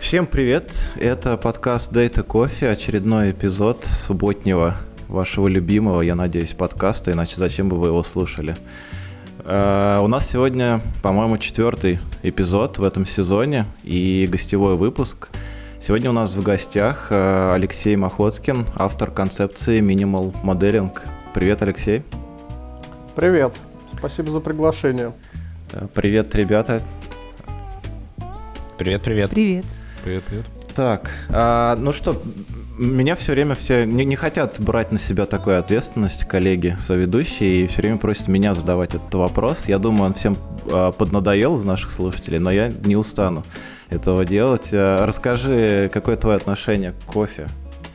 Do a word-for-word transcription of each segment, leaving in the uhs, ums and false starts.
Всем привет! Это подкаст Data Coffee, очередной эпизод субботнего вашего любимого, я надеюсь, подкаста, иначе зачем бы вы его слушали. Uh, у нас сегодня, по-моему, четвертый эпизод в этом сезоне и гостевой выпуск. Сегодня у нас в гостях uh, Алексей Махоцкин, автор концепции Minimal Modeling. Привет, Алексей. Привет, спасибо за приглашение. Uh, привет, ребята. Привет, привет. Привет. Привет, привет. Так, а, ну что, меня все время все не, не хотят брать на себя такую ответственность, коллеги, соведущие, и все время просят меня задавать этот вопрос. Я думаю, он всем а, поднадоел из наших слушателей, но я не устану этого делать. А, расскажи, какое твое отношение к кофе?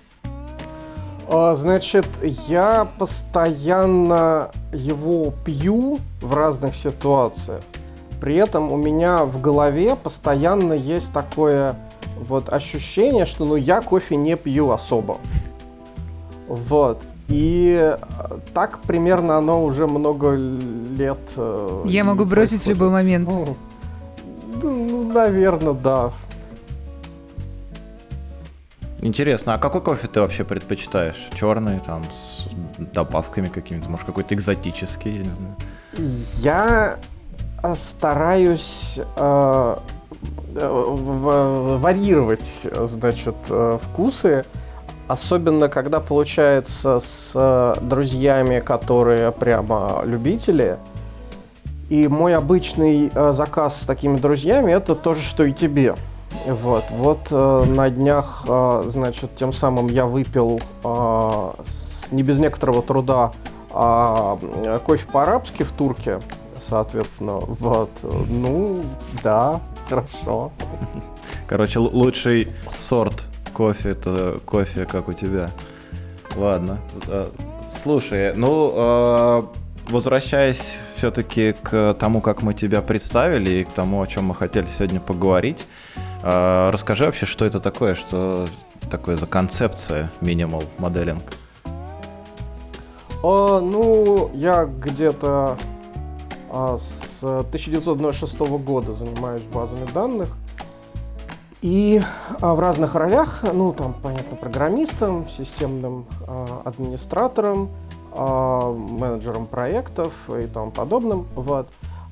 А, значит, я постоянно его пью в разных ситуациях. При этом у меня в голове постоянно есть такое вот ощущение, что ну я кофе не пью особо. Вот. И так примерно оно уже много лет. Я могу бросить происходит. В любой момент. Ну, ну, наверное, да. Интересно, а какой кофе ты вообще предпочитаешь? Черный, там, с добавками какими-то, может, какой-то экзотический, я не знаю. Я стараюсь э, в, варьировать, значит, вкусы, особенно когда получается с друзьями, которые прямо любители. И мой обычный заказ с такими друзьями — это то же, что и тебе. Вот, вот на днях, значит, тем самым я выпил не без некоторого труда кофе по-арабски в Турке. Соответственно, вот, ну, да, хорошо. Короче, л- лучший сорт кофе — это кофе, как у тебя. Ладно. Слушай, ну, возвращаясь все-таки к тому, как мы тебя представили, и к тому, о чем мы хотели сегодня поговорить, расскажи вообще, что это такое, что такое за концепция Minimal Modeling? А, ну, я где-то с тысяча девятьсот девяносто шестого года занимаюсь базами данных и в разных ролях, ну там, понятно, программистом, системным администратором, менеджером проектов и тому подобным. Вот.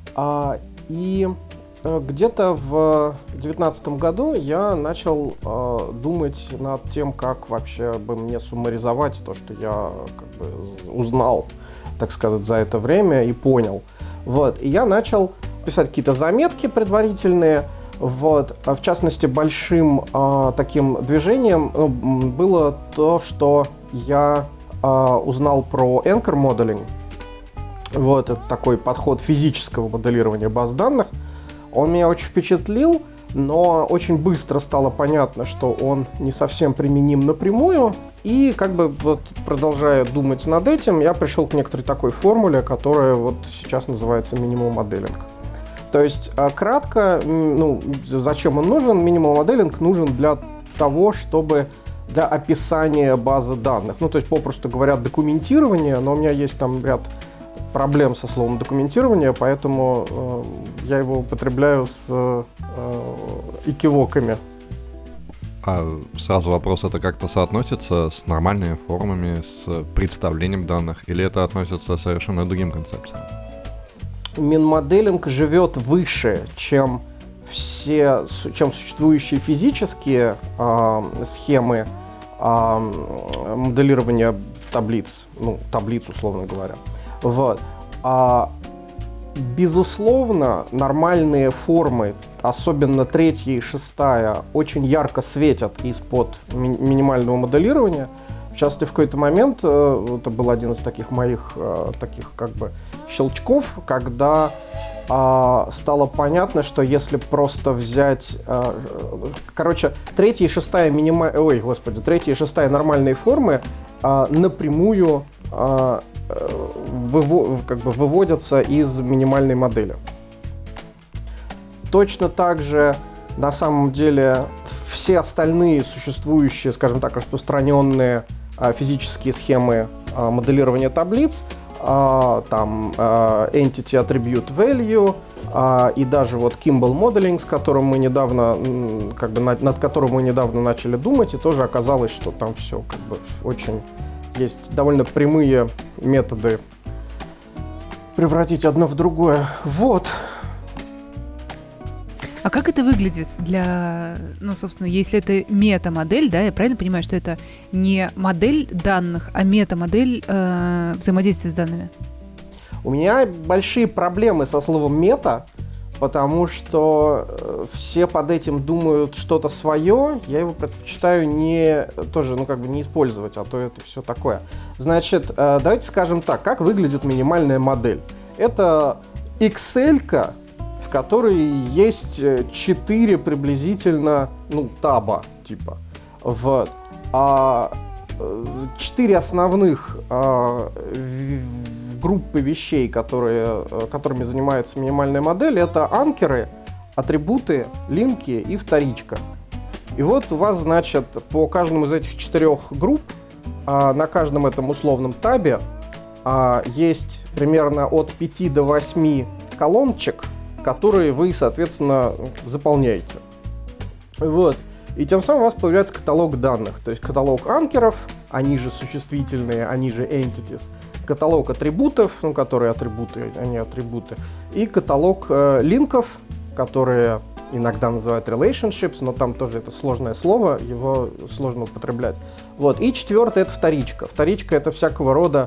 И где-то в две тысячи девятнадцатом году я начал думать над тем, как вообще бы мне суммаризовать то, что я как бы узнал, так сказать, за это время и понял. Вот, и я начал писать какие-то заметки предварительные. Вот, в частности, большим э, таким движением ну, было то, что я э, узнал про Anchor Modeling. Вот, это такой подход физического моделирования баз данных. Он меня очень впечатлил, но очень быстро стало понятно, что он не совсем применим напрямую. И как бы вот продолжая думать над этим, я пришел к некоторой такой формуле, которая вот сейчас называется Minimal Modeling. То есть кратко, ну, зачем он нужен? Minimal Modeling нужен для того, чтобы для описания базы данных. Ну, то есть, попросту говоря, документирование, но у меня есть там ряд проблем со словом документирование, поэтому э, я его употребляю с э, экивоками. А сразу вопрос, это как-то соотносится с нормальными формами, с представлением данных, или это относится к совершенно другим концепциям? Min-моделинг живет выше, чем все, чем существующие физические э, схемы э, моделирования таблиц, ну, таблиц, условно говоря. Вот. А, безусловно, нормальные формы, особенно третья и шестая, очень ярко светят из-под ми- минимального моделирования. В частности, в какой-то момент, э, это был один из таких моих э, таких как бы щелчков, когда э, стало понятно, что если просто взять, э, короче, третья и шестая минима... ой, господи, третья и шестая нормальные формы э, напрямую э, выво... как бы выводятся из минимальной модели. Точно так же, на самом деле, все остальные существующие, скажем так, распространенные а, физические схемы а, моделирования таблиц а, там а, Entity Attribute Value, а, и даже вот Kimball Modeling, с которым мы недавно, как бы над, над которым мы недавно начали думать, и тоже оказалось, что там все как бы очень есть довольно прямые методы превратить одно в другое. Вот. А как это выглядит для, ну, собственно, если это мета-модель, да, я правильно понимаю, что это не модель данных, а мета-модель э, взаимодействия с данными? У меня большие проблемы со словом «мета», потому что все под этим думают что-то свое, я его предпочитаю не, тоже, ну, как бы не использовать, а то это все такое. Значит, давайте скажем так, как выглядит минимальная модель. Это Excel-ка, в которой есть четыре приблизительно, ну, таба, типа, вот. А четыре основных а, в, в группы вещей, которые, которыми занимается минимальная модель, это анкеры, атрибуты, линки и вторичка. И вот у вас, значит, по каждому из этих четырех групп, а, на каждом этом условном табе а, есть примерно от пяти до восьми колоночек, которые вы, соответственно, заполняете. Вот. И тем самым у вас появляется каталог данных, то есть каталог анкеров, они же существительные, они же entities, каталог атрибутов, ну, которые атрибуты, они атрибуты, и каталог э, линков, которые иногда называют relationships, но там тоже это сложное слово, его сложно употреблять. Вот. И четвертое — это вторичка. Вторичка — это всякого рода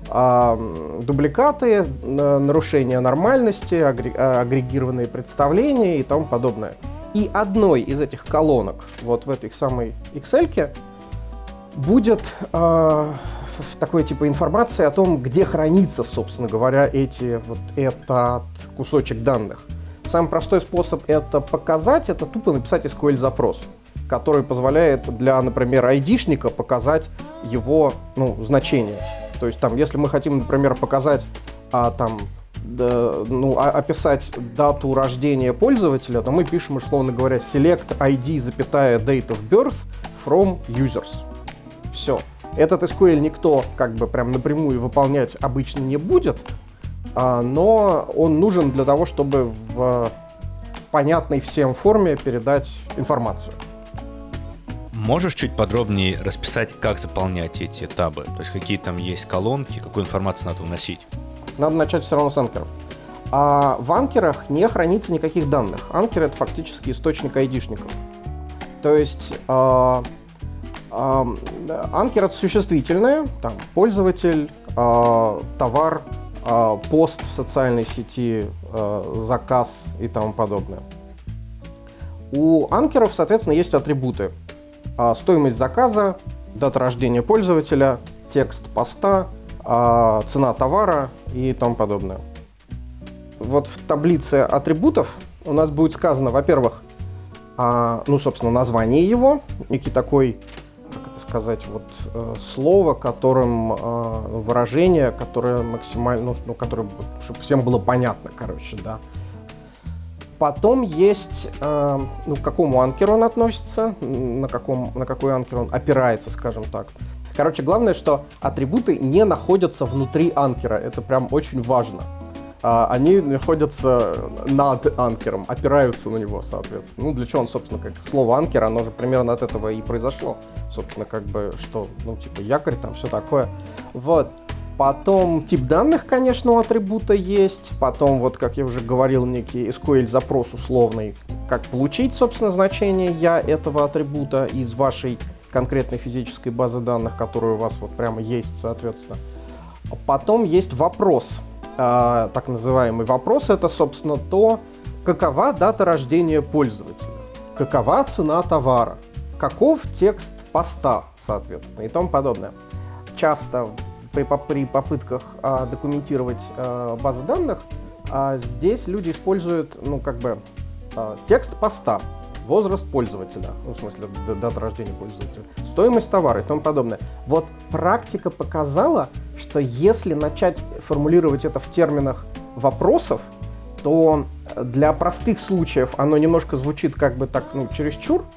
э, дубликаты, э, нарушения нормальности, агре- агрегированные представления и тому подобное. И одной из этих колонок, вот в этой самой Excel-ке, будет э, такой типа информация о том, где хранится, собственно говоря, эти, вот этот кусочек данных. Самый простой способ это показать, это тупо написать эс ку эль-запрос, который позволяет для, например, айдишника показать его, ну, значение. То есть, там, если мы хотим, например, показать а, там, да, ну, а, описать дату рождения пользователя, то мы пишем, условно говоря, select ай ди, запятая, date of birth from users. Все. Этот эс ку эль никто как бы прям напрямую выполнять обычно не будет, а, но он нужен для того, чтобы в понятной всем форме передать информацию. Можешь чуть подробнее расписать, как заполнять эти табы? То есть какие там есть колонки, какую информацию надо вносить? Надо начать все равно с анкеров. А в анкерах не хранится никаких данных. Анкеры — это фактически источник айдишников. То есть э, э, анкер — это существительное, там, пользователь, э, товар, э, пост в социальной сети, э, заказ и тому подобное. У анкеров, соответственно, есть атрибуты. Э, стоимость заказа, дата рождения пользователя, текст поста, э, цена товара и тому подобное. Вот в таблице атрибутов у нас будет сказано, во-первых, а, ну, собственно, название его, некий такой, как это сказать, вот э, слово, которым э, выражение, которое максимально, ну, ну, которое, чтобы всем было понятно, короче, да. Потом есть, э, ну, к какому анкеру он относится, на, каком, на какой анкер он опирается, скажем так. Короче, главное, что атрибуты не находятся внутри анкера, это прям очень важно. Они находятся над анкером, опираются на него, соответственно. Ну, для чего он, собственно, как слово анкер, оно же примерно от этого и произошло. Собственно, как бы, что, ну, типа, якорь, там, все такое. Вот. Потом тип данных, конечно, у атрибута есть. Потом, вот, как я уже говорил, некий эс ку эль-запрос условный, как получить, собственно, значение я этого атрибута из вашей конкретной физической базы данных, которая у вас вот прямо есть, соответственно. Потом есть вопрос. Uh, так называемый вопрос — это, собственно, то, какова дата рождения пользователя, какова цена товара, каков текст поста, соответственно, и тому подобное. Часто при, при попытках uh, документировать uh, базы данных uh, здесь люди используют, ну, как бы, uh, текст поста, возраст пользователя, ну, в смысле, дата рождения пользователя, стоимость товара и тому подобное. Вот практика показала, что если начать формулировать это в терминах вопросов, то для простых случаев оно немножко звучит как бы так, ну, чересчур,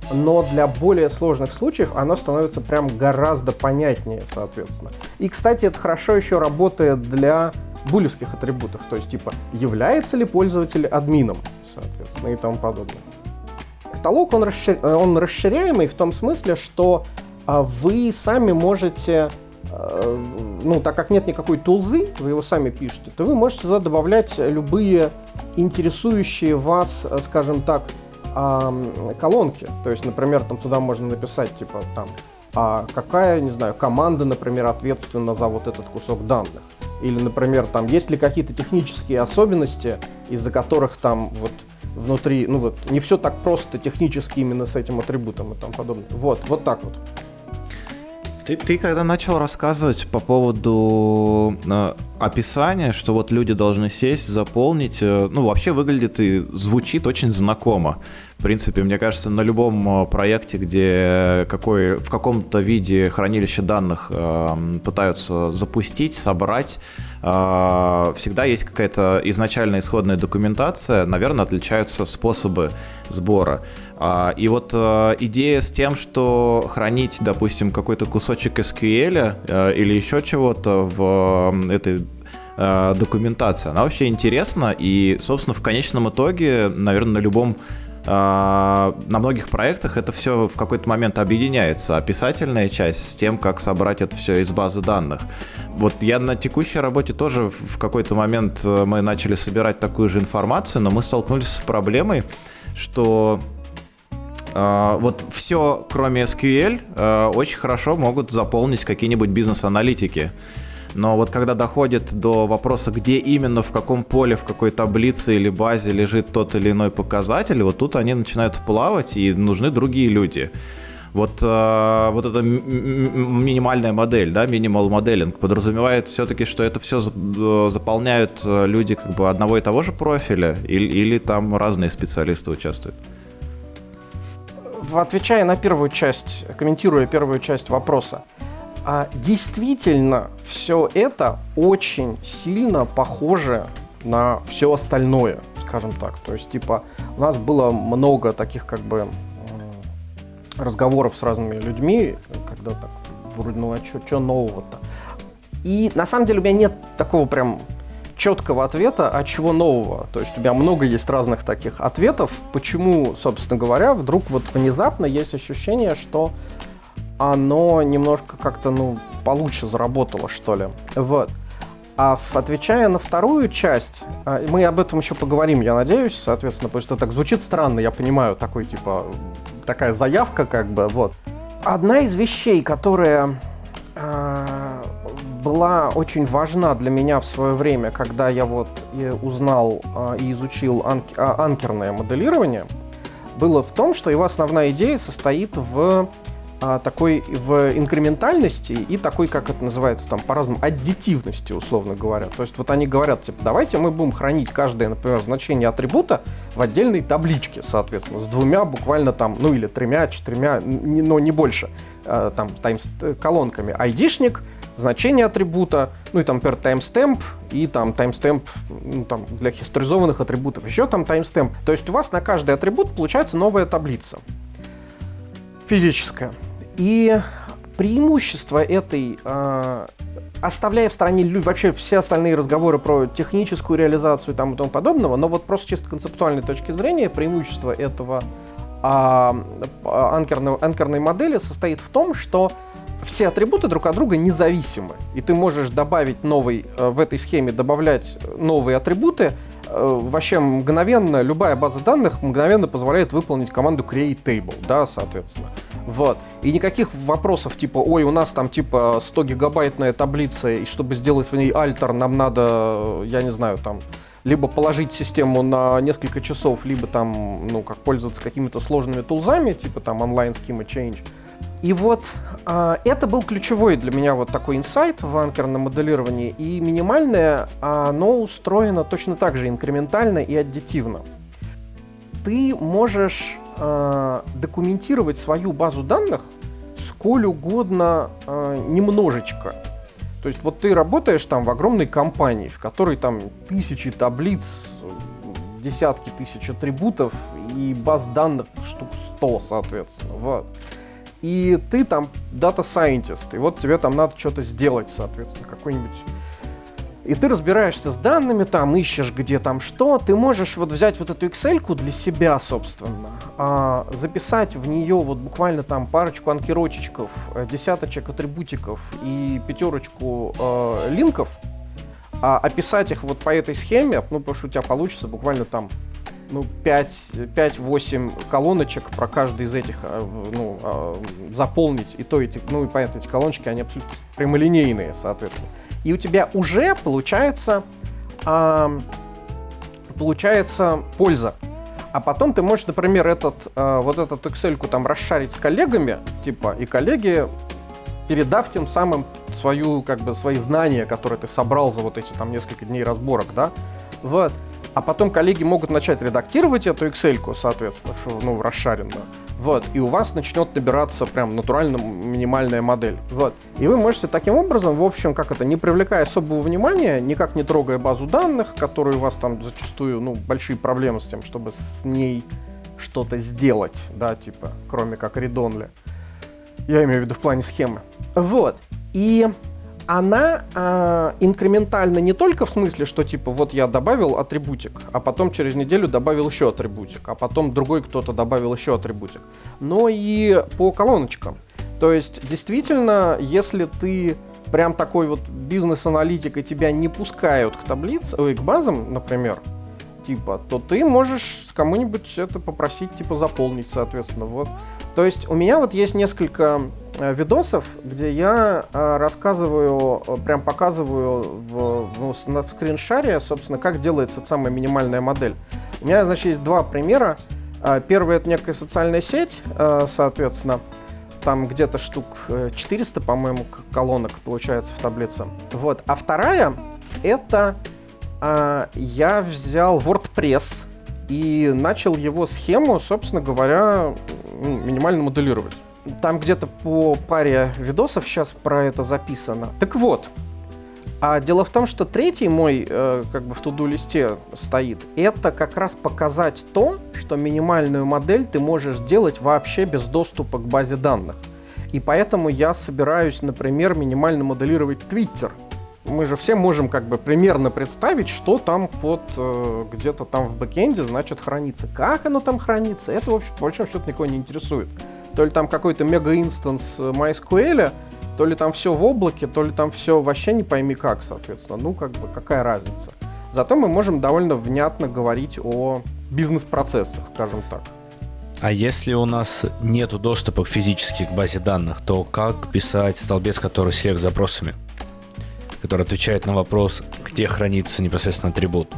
но для более сложных случаев оно становится прям гораздо понятнее, соответственно. И, кстати, это хорошо еще работает для булевских атрибутов, то есть, типа, является ли пользователь админом, соответственно, и тому подобное. Каталог, он, расшир... он расширяемый в том смысле, что а, вы сами можете, а, ну, так как нет никакой тулзы, вы его сами пишете, то вы можете туда добавлять любые интересующие вас, скажем так, а, колонки. То есть, например, там туда можно написать, типа, там, а какая, не знаю, команда, например, ответственна за вот этот кусок данных. Или, например, там, есть ли какие-то технические особенности, из-за которых там вот внутри, ну вот, не все так просто технически именно с этим атрибутом и тому подобное. Вот, вот так вот. Ты, ты когда начал рассказывать по поводу э, описания, что вот люди должны сесть, заполнить, э, ну, вообще выглядит и звучит очень знакомо. В принципе, мне кажется, на любом проекте, где какой, в каком-то виде хранилище данных э, пытаются запустить, собрать, э, всегда есть какая-то изначальная исходная документация, наверное, отличаются способы сбора. Uh, и вот uh, идея с тем, что хранить, допустим, какой-то кусочек эс кью эль uh, или еще чего-то в uh, этой uh, документации, она вообще интересна. И, собственно, в конечном итоге, наверное, на любом, uh, на многих проектах это все в какой-то момент объединяется. Описательная часть с тем, как собрать это все из базы данных. Вот я на текущей работе тоже в какой-то момент мы начали собирать такую же информацию, но мы столкнулись с проблемой, что Uh, вот все, кроме эс кью эль, uh, очень хорошо могут заполнить какие-нибудь бизнес-аналитики. Но вот когда доходит до вопроса, где именно, в каком поле, в какой таблице или базе лежит тот или иной показатель, вот тут они начинают плавать, и нужны другие люди. Вот, uh, вот эта м- минимальная модель, да, minimal modeling, подразумевает все-таки, что это все заполняют люди как бы одного и того же профиля, или, или там разные специалисты участвуют? Отвечая на первую часть, комментируя первую часть вопроса, действительно все это очень сильно похоже на все остальное, скажем так. То есть, типа, у нас было много таких, как бы, разговоров с разными людьми, когда так, вроде, ну а что нового-то? И на самом деле у меня нет такого прям четкого ответа, а чего нового. То есть у меня много есть разных таких ответов, почему, собственно говоря, вдруг вот внезапно есть ощущение, что оно немножко как-то, ну, получше заработало, что ли. Вот. А отвечая на вторую часть, мы об этом еще поговорим, я надеюсь, соответственно, потому что так звучит странно, я понимаю, такой, типа, такая заявка, как бы, вот. Одна из вещей, которая была очень важна для меня в свое время, когда я вот и узнал а, и изучил анк- а, анкерное моделирование, было в том, что его основная идея состоит в а, такой в инкрементальности и такой, как это называется там по-разному, аддитивности, условно говоря. То есть вот они говорят, типа, давайте мы будем хранить каждое, например, значение атрибута в отдельной табличке, соответственно, с двумя буквально там, ну или тремя, четырьмя, не, но не больше, а, там, тайм, колонками. Айдишник, значение атрибута, ну и там, например, timestamp и там timestamp, ну, там, для историзованных атрибутов еще там timestamp. То есть у вас на каждый атрибут получается новая таблица физическая. И преимущество этой, э, оставляя в стороне вообще все остальные разговоры про техническую реализацию там, и тому подобного, но вот просто чисто концептуальной точки зрения преимущество этого э, анкерной, анкерной модели состоит в том, что все атрибуты друг от друга независимы. И ты можешь добавить новый, в этой схеме добавлять новые атрибуты. Вообще мгновенно, любая база данных мгновенно позволяет выполнить команду create table, да, соответственно. Вот. И никаких вопросов типа, ой, у нас там типа сто гигабайтная таблица, и чтобы сделать в ней альтер, нам надо, я не знаю, там, либо положить систему на несколько часов, либо там, ну, как пользоваться какими-то сложными тулзами, типа там online schema change. И вот э, это был ключевой для меня вот такой инсайт в анкерном моделировании. И минимальное, оно устроено точно так же инкрементально и аддитивно. Ты можешь э, документировать свою базу данных сколь угодно э, немножечко. То есть вот ты работаешь там в огромной компании, в которой там тысячи таблиц, десятки тысяч атрибутов и баз данных штук сто, соответственно, вот. И ты там data scientist, и вот тебе там надо что-то сделать, соответственно, какой-нибудь... И ты разбираешься с данными, там, ищешь где там что, ты можешь вот взять вот эту Excel-ку для себя, собственно, а, записать в нее вот буквально там парочку анкерочечков, десяточек атрибутиков и пятерочку э, линков, а описать их вот по этой схеме, ну, потому что у тебя получится буквально там, ну, пять-восемь колоночек про каждый из этих, ну, заполнить, и то эти, ну, и понятно, эти колоночки, они абсолютно прямолинейные, соответственно. И у тебя уже получается, э, получается польза. А потом ты можешь, например, этот, э, вот эту Excel-ку там расшарить с коллегами, типа, и коллеги, передав тем самым свою, как бы, свои знания, которые ты собрал за вот эти там несколько дней разборок, да, вот. А потом коллеги могут начать редактировать эту Excel-ку, соответственно, ну, расшаренную. Вот, и у вас начнет набираться прям натурально минимальная модель. Вот. И вы можете таким образом, в общем, как это, не привлекая особого внимания, никак не трогая базу данных, которые у вас там зачастую, ну, большие проблемы с тем, чтобы с ней что-то сделать, да, типа, кроме как read-only. Я имею в виду в плане схемы. Вот. И она э, инкрементальна не только в смысле, что типа вот я добавил атрибутик, а потом через неделю добавил еще атрибутик, а потом другой кто-то добавил еще атрибутик, но и по колоночкам. То есть действительно, если ты прям такой вот бизнес-аналитик и тебя не пускают к таблицам, ой, к базам, например, типа, то ты можешь кому-нибудь это попросить типа заполнить, соответственно, вот. То есть у меня вот есть несколько э, видосов, где я э, рассказываю, э, прям показываю в, в, в скриншаре, собственно, как делается самая минимальная модель. У меня, значит, есть два примера. Э, первый — это некая социальная сеть, э, соответственно, там где-то штук четыреста, по-моему, колонок получается в таблице. Вот. А вторая — это э, я взял WordPress и начал его схему, собственно говоря, минимально моделировать. Там где-то по паре видосов сейчас про это записано. Так вот, а дело в том, что третий мой, э, как бы в туду-листе стоит, это как раз показать то, что минимальную модель ты можешь делать вообще без доступа к базе данных. И поэтому я собираюсь, например, минимально моделировать Twitter. Мы же все можем как бы примерно представить, что там под э, где-то там в бэкэнде, значит, хранится. Как оно там хранится, это, в общем, по большому счету никого не интересует. То ли там какой-то мега-инстанс MySQL, то ли там все в облаке, то ли там все вообще не пойми как, соответственно. Ну, как бы, какая разница. Зато мы можем довольно внятно говорить о бизнес-процессах, скажем так. А если у нас нет доступа физически к базе данных, то как писать столбец, который слег запросами, который отвечает на вопрос, где хранится непосредственно атрибут?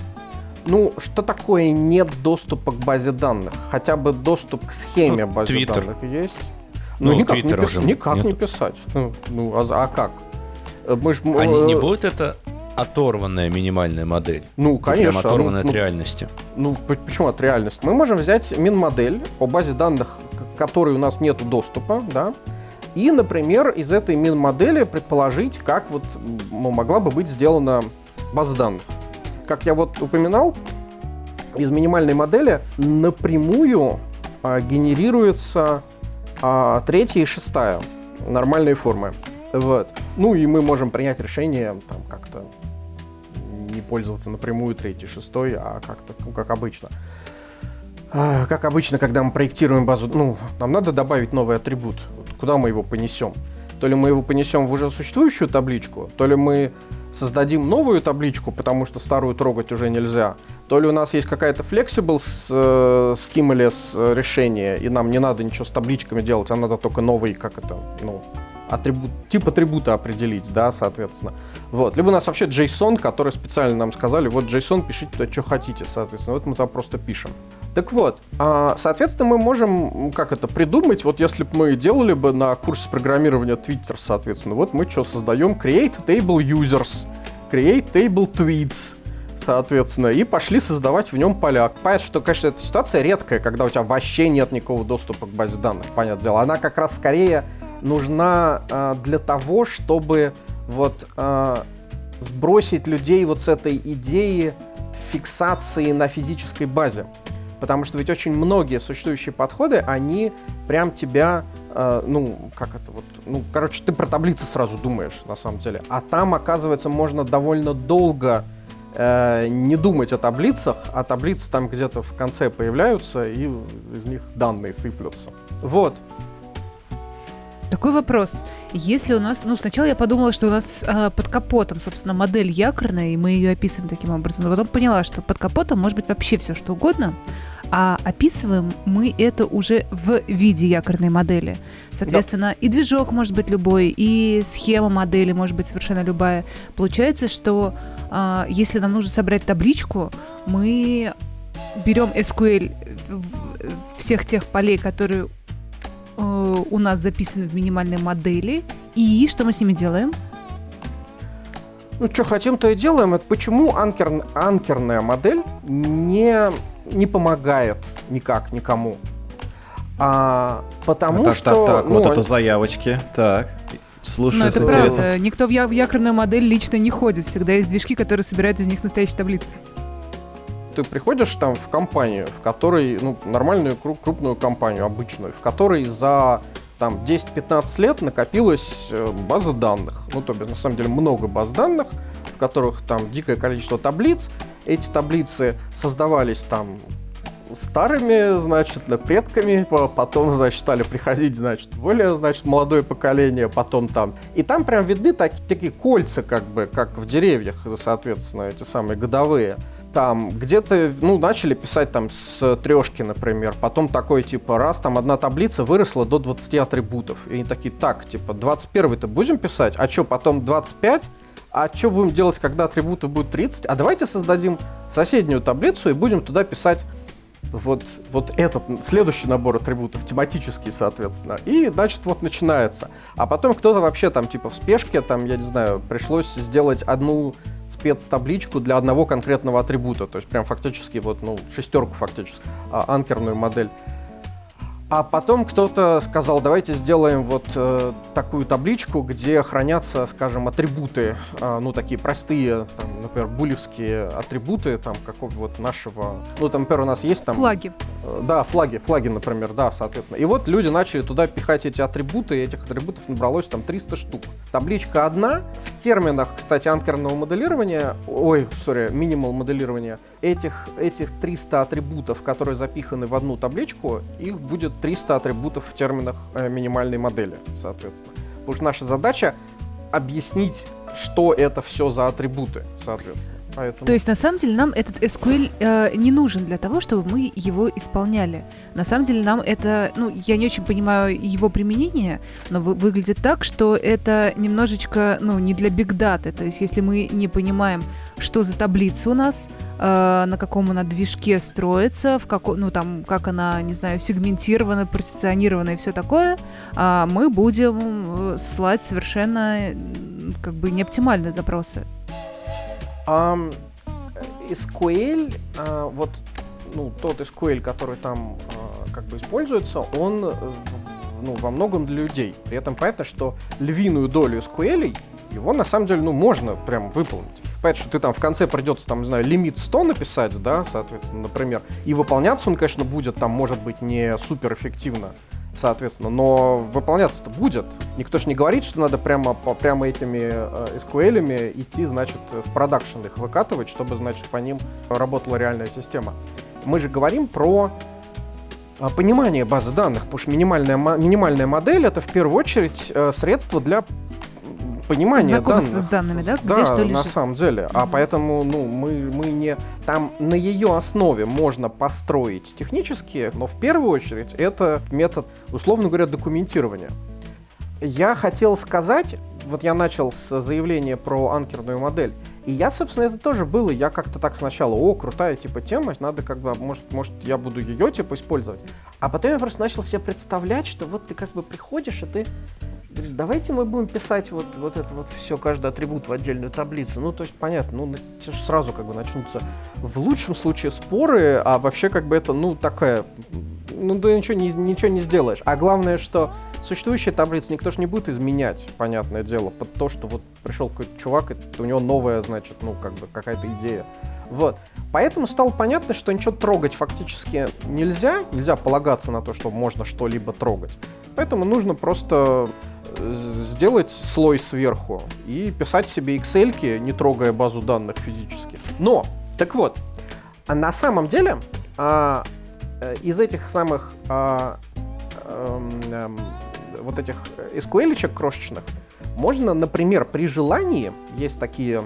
Ну, что такое нет доступа к базе данных? Хотя бы доступ к схеме ну, базы Twitter. данных есть? Ну, ну никак, не, пис... уже никак нет. не писать. Ну, ну а, а как? Мы ж, а не, не будет это оторванная минимальная модель? Ну, конечно. Прям оторванная ну, от реальности. Ну, почему от реальности? Мы можем взять мин-модель по базе данных, к которой у нас нет доступа, да, и, например, из этой мин-модели предположить, как вот могла бы быть сделана база данных. Как я вот упоминал, из минимальной модели напрямую а, генерируется а, третья и шестая нормальные формы. Вот. Ну и мы можем принять решение там как-то не пользоваться напрямую третьей, шестой, а как-то, ну, как обычно. А, как обычно, когда мы проектируем базу, ну, нам надо добавить новый атрибут. Вот куда мы его понесем? То ли мы его понесем в уже существующую табличку, то ли мы создадим новую табличку, потому что старую трогать уже нельзя, то ли у нас есть какая-то flexible schemaless решение, и нам не надо ничего с табличками делать, а надо только новый, как это, ну, атрибут, тип атрибута определить, да, соответственно. Вот. Либо у нас вообще JSON, который специально нам сказали, вот JSON, пишите туда, что хотите, соответственно. Вот мы там просто пишем. Так вот, соответственно, мы можем, как это, придумать, вот если бы мы делали бы на курсе программирования Twitter, соответственно, вот мы что создаем? Create table users, create table tweets, соответственно, и пошли создавать в нем поля. Понятно, что, конечно, эта ситуация редкая, когда у тебя вообще нет никакого доступа к базе данных, понятное дело. Она как раз скорее нужна э, для того, чтобы вот э, сбросить людей вот с этой идеи фиксации на физической базе. Потому что ведь очень многие существующие подходы, они прям тебя, э, ну, как это вот, ну, короче, ты про таблицы сразу думаешь, на самом деле. А там, оказывается, можно довольно долго э, не думать о таблицах, а таблицы там где-то в конце появляются, и из них данные сыплются. Вот. Такой вопрос. Если у нас... Ну, сначала я подумала, что у нас э, под капотом, собственно, модель якорная, и мы ее описываем таким образом. Но потом поняла, что под капотом может быть вообще все, что угодно, а описываем мы это уже в виде якорной модели. Соответственно, да. И движок может быть любой, и схема модели может быть совершенно любая. Получается, что э, если нам нужно собрать табличку, мы берем эс ку эль всех тех полей, которые у нас записаны в минимальной модели, и что мы с ними делаем? Ну, что хотим, то и делаем. Это почему анкер, анкерная модель не, не помогает никак никому. А, потому так, что... Так, так, ну, вот это заявочки. Так, слушай, ну, это интересно. правда. Никто в, я- в якорную модель лично не ходит. Всегда есть движки, которые собирают из них настоящие таблицы. Ты приходишь там в компанию, в которой, ну, нормальную кру- крупную компанию, обычную, в которой за там десять-пятнадцать лет накопилась э, база данных. Ну, то есть, на самом деле, много баз данных, в которых там дикое количество таблиц. Эти таблицы создавались там старыми, значит, предками, потом, значит, стали приходить, значит, более, значит, молодое поколение, потом там. И там прям видны так, такие кольца, как бы, как в деревьях, соответственно, эти самые годовые. Там где-то, ну, начали писать там с трешки, например, потом такой, типа, раз там одна таблица выросла до двадцати атрибутов. И они такие, так, типа, двадцать первый-то будем писать, а что, потом двадцать пять? А что будем делать, когда атрибутов будет тридцать? А давайте создадим соседнюю таблицу и будем туда писать вот, вот этот, следующий набор атрибутов, тематический, соответственно. И, значит, вот начинается. А потом кто-то вообще там, типа, в спешке, там, я не знаю, пришлось сделать одну спецтабличку для одного конкретного атрибута. То есть прям фактически вот, ну, шестерку фактически, а, анкерную модель. А потом кто-то сказал, давайте сделаем вот э, такую табличку, где хранятся, скажем, атрибуты, э, ну, такие простые, там, например, булевские атрибуты, там, какого вот нашего... Ну, там, например, у нас есть там... Флаги. Э, да, флаги, флаги, например, да, соответственно. И вот люди начали туда пихать эти атрибуты, и этих атрибутов набралось там триста штук. Табличка одна. В терминах, кстати, анкерного моделирования, ой, сори, минимал моделирования, этих, этих триста атрибутов, которые запиханы в одну табличку, их будет триста атрибутов в терминах э, минимальной модели, соответственно. Потому что наша задача объяснить, что это все за атрибуты, соответственно. Поэтому... То есть, на самом деле, нам этот эс ку эль э, не нужен для того, чтобы мы его исполняли. На самом деле, нам это... Ну, я не очень понимаю его применение, но вы, выглядит так, что это немножечко, ну, не для бигдаты. То есть, если мы не понимаем, что за таблица у нас, э, на каком она движке строится, в каком, ну, там, как она, не знаю, сегментирована, позиционирована и все такое, э, мы будем слать совершенно, как бы, неоптимальные запросы. Um, эс ку эль, uh, вот, ну, тот эс ку эль, который там uh, как бы используется, он uh, ну, во многом для людей. При этом понятно, что львиную долю эс ку эль его на самом деле, ну, можно прям выполнить. Понятно, что ты там в конце придется, там, не знаю, лимит сто написать, да, соответственно, например, и выполняться он, конечно, будет там, может быть, не супер эффективно, соответственно, но выполняться-то будет. Никто же не говорит, что надо прямо, по, прямо этими э, эс ку эль-ами идти, значит, в продакшн их выкатывать, чтобы, значит, по ним работала реальная система. Мы же говорим про э, понимание базы данных, потому что минимальная, мо- минимальная модель — это в первую очередь э, средство для понимания знакомство данных. с данными, да? Где Да, что лежит. на самом деле. Mm-hmm. А поэтому, ну, мы, мы не... Там на ее основе можно построить технически, но в первую очередь это метод, условно говоря, документирования. Я хотел сказать, вот я начал с заявления про анкерную модель, и я, собственно, это тоже было, я как-то так сначала, о, крутая, типа, тема, надо как бы, может, может я буду ее, типа, использовать. А потом я просто начал себе представлять, что вот ты как бы приходишь, и ты говоришь, давайте мы будем писать вот, вот это вот все, каждый атрибут в отдельную таблицу. Ну, то есть, понятно, ну, сразу как бы начнутся в лучшем случае споры, а вообще как бы это, ну, такая, ну, ты ничего не, ничего не сделаешь. А главное, что существующие таблицы никто же не будет изменять, понятное дело, под то, что вот пришел какой-то чувак, и у него новая, значит, ну, как бы какая-то идея. Вот. Поэтому стало понятно, что ничего трогать фактически нельзя. Нельзя полагаться на то, что можно что-либо трогать. Поэтому нужно просто сделать слой сверху и писать себе Excel-ки, не трогая базу данных физически. Но, так вот, на самом деле а, из этих самых а, а, а, вот этих эс ку эль-очек крошечных можно, например, при желании, есть такие,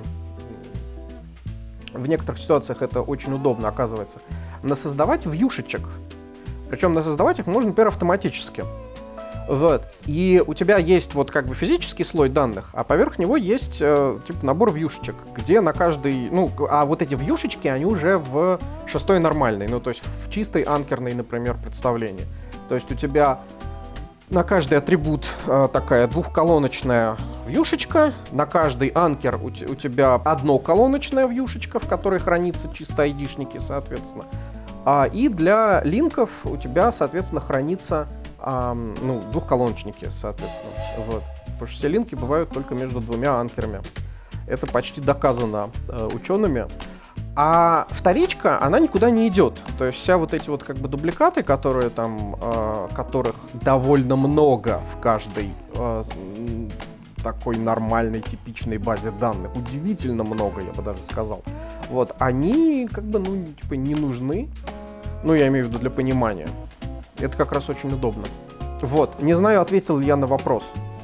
в некоторых ситуациях это очень удобно оказывается, насоздавать вьюшечек. Причем насоздавать их можно, например, автоматически. Вот. И у тебя есть вот как бы физический слой данных, а поверх него есть э, типа набор вьюшечек, где на каждый, ну, а вот эти вьюшечки, они уже в шестой нормальной, ну, то есть в чистой анкерной, например, представлении. То есть у тебя на каждый атрибут э, такая двухколоночная вьюшечка, на каждый анкер у, у тебя одноколоночная вьюшечка, в которой хранится чисто айдишники, соответственно. А, и для линков у тебя, соответственно, хранится а, ну, двухколоночники, соответственно. Вот. Потому что все линки бывают только между двумя анкерами. Это почти доказано э, учеными. А вторичка, она никуда не идет. То есть вся вот эти вот как бы дубликаты, которые там, э, которых довольно много в каждой э, такой нормальной, типичной базе данных, удивительно много, я бы даже сказал, вот, они как бы, ну, типа не нужны, ну, я имею в виду для понимания. Это как раз очень удобно. Вот, не знаю, ответил ли я на вопрос.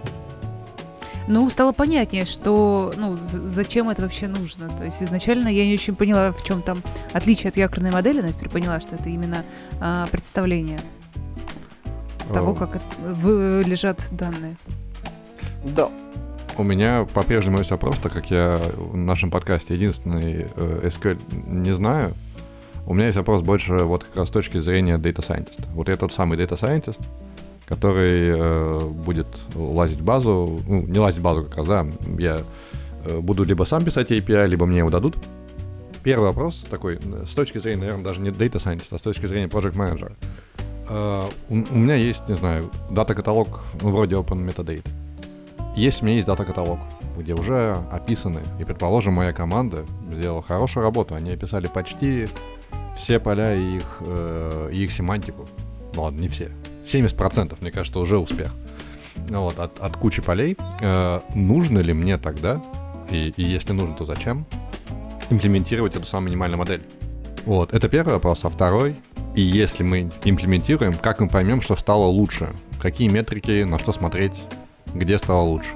Ну, стало понятнее, что, ну, з- зачем это вообще нужно. То есть изначально я не очень поняла, в чем там отличие от якорной модели, но теперь поняла, что это именно а, представление того, О, как это, в, лежат данные. Да. У меня по-прежнему есть вопрос, так как я в нашем подкасте единственный э, эс ку эль не знаю. У меня есть вопрос больше вот как раз с точки зрения Data Scientist. Вот я тот самый Data Scientist, который э, будет лазить в базу, ну, не лазить в базу как раз, да, я э, буду либо сам писать эй пи ай, либо мне его дадут. Первый вопрос такой, с точки зрения, наверное, даже не Data Scientist, а с точки зрения Project Manager. Э, у, у меня есть, не знаю, дата-каталог, ну, вроде Open Metadata. Есть, у меня есть дата-каталог, где уже описаны, и, предположим, моя команда сделала хорошую работу, они описали почти все поля и их, э, и их семантику. Ну ладно, не все. семьдесят процентов, мне кажется, уже успех. Вот, от, от кучи полей. Э, нужно ли мне тогда, и, и если нужно, то зачем, имплементировать эту самую минимальную модель? Вот, это первый вопрос. А второй, и если мы имплементируем, как мы поймем, что стало лучше? Какие метрики, на что смотреть, где стало лучше?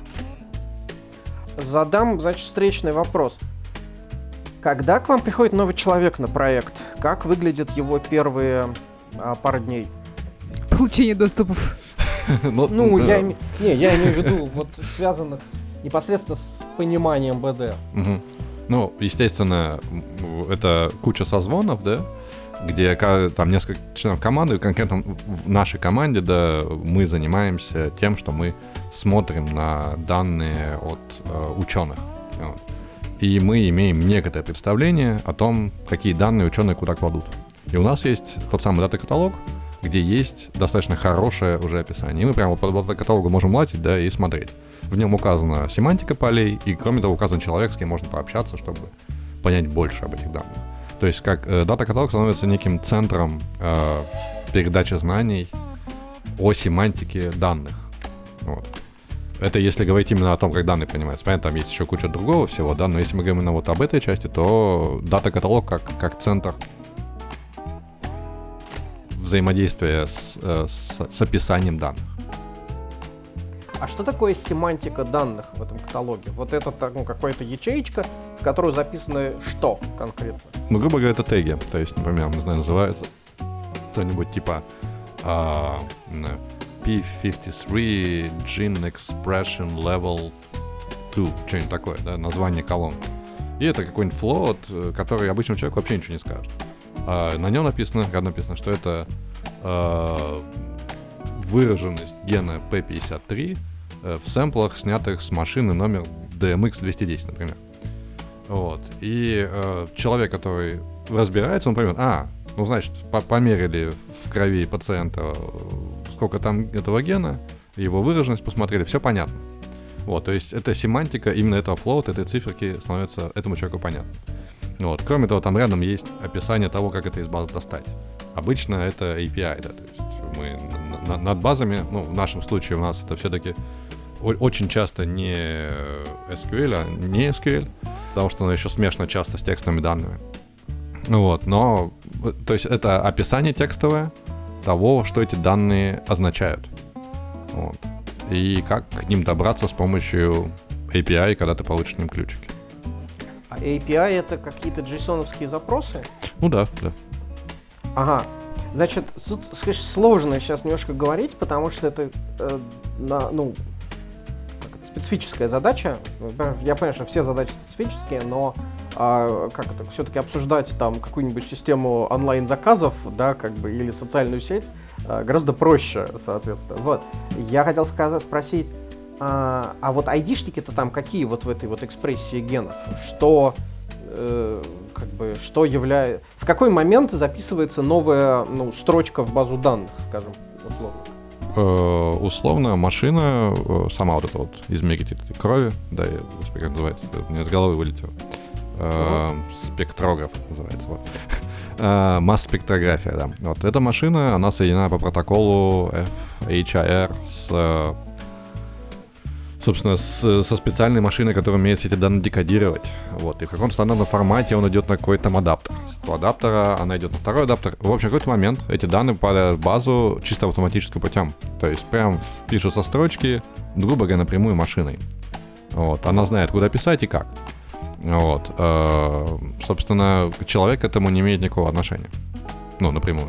Задам, значит, встречный вопрос. Когда к вам приходит новый человек на проект, как выглядят его первые а, пару дней? Получение доступов. Ну, я, име... не, я имею в виду, вот связанных с, непосредственно с пониманием бэ дэ. Угу. Ну, естественно, это куча созвонов, да, где там несколько членов команды, конкретно в нашей команде, да, мы занимаемся тем, что мы смотрим на данные от э, ученых. Вот. И мы имеем некоторое представление о том, какие данные ученые куда кладут. И у нас есть тот самый дата-каталог, где есть достаточно хорошее уже описание. И мы прямо по дата-каталогу можем лазить, да, и смотреть. В нем указана семантика полей, и кроме того указан человек, с кем можно пообщаться, чтобы понять больше об этих данных. То есть как э, дата-каталог становится неким центром э, передачи знаний о семантике данных. Вот. Это если говорить именно о том, как данные принимаются. Понятно, там есть еще куча другого всего, да, но если мы говорим именно вот об этой части, то дата-каталог как, как центр взаимодействия с, с, с описанием данных. А что такое семантика данных в этом каталоге? Вот это ну, какая-то ячеечка, в которую записано что конкретно? Ну, грубо говоря, это теги. То есть, например, не знаю, называется что-нибудь типа uh, пи пятьдесят три Gene Expression Level два, что-нибудь такое, да, название колонн. И это какой-нибудь float, который обычному человеку вообще ничего не скажет. Uh, на нем написано, как написано, что это uh, выраженность гена пи пятьдесят три uh, в сэмплах, снятых с машины номер ди эм икс двести десять, например. Вот. И uh, человек, который разбирается, он поймет, а, ну, значит, по- померили в крови пациента, сколько там этого гена, его выраженность посмотрели, все понятно. Вот, то есть эта семантика именно этого флоута, этой циферки становится этому человеку понятно. Вот. Кроме того, там рядом есть описание того, как это из базы достать. Обычно это эй пи ай, да, то есть мы на- на- над базами, ну, в нашем случае у нас это все-таки о- очень часто не эс кью эль, а не эс кью эль, потому что оно еще смешано часто с текстовыми данными. Ну вот, но, то есть это описание текстовое того, что эти данные означают. Вот. И как к ним добраться с помощью эй пи ай, когда ты получишь к ним ключики. А эй пи ай это какие-то джейсоновские запросы? Ну да, да. Ага. Значит, тут, конечно, сложно сейчас немножко говорить, потому что это э, на, ну, как это, специфическая задача. Я понимаю, что все задачи специфические, но а, как это, все-таки обсуждать там какую-нибудь систему онлайн-заказов, да, как бы, или социальную сеть а, гораздо проще, соответственно. Вот. Я хотел сказать, спросить, а, а вот айдишники-то там какие вот в этой вот экспрессии генов? Что... Э, как бы, что является... В какой момент записывается новая, ну, строчка в базу данных, скажем, условно? Э, условно, машина, э, сама вот эта вот измеритель этой крови, да, я, господи, как называется, у меня с головы вылетело. Э, спектрограф называется, вот. э, масс-спектрография, да. Вот эта машина, она соединена по протоколу эф эйч ай ар с... собственно, с, со специальной машиной, которая умеет все эти данные декодировать. Вот. И в каком-то стандартном формате он идет на какой-то там адаптер. С этого адаптера она идет на второй адаптер. В общем, в какой-то момент эти данные попадают в базу чисто автоматическим путем. То есть прям пишутся строчки, грубо говоря, напрямую машиной. Вот. Она знает, куда писать и как. Вот. Э, собственно, человек к этому не имеет никакого отношения. Ну, напрямую.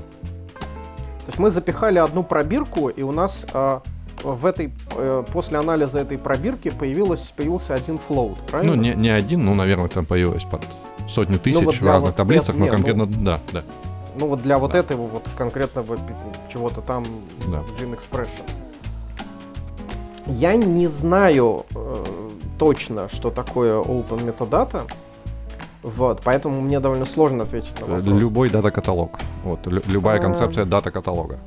То есть мы запихали одну пробирку, и у нас... Э... В этой, э, после анализа этой пробирки появилось, появился один флоут, правильно? Ну, не, не один, ну, наверное, там появилось под сотню тысяч ну, вот в разных вот таблицах, это, но не, конкретно, ну, да, да. Ну, вот для вот да. этого вот конкретного чего-то там Да. в Gene Expression. Я не знаю э, точно, что такое Open Metadata, вот, поэтому мне довольно сложно ответить на вопрос. Любой дата-каталог. Вот, лю- любая А. концепция дата-каталога.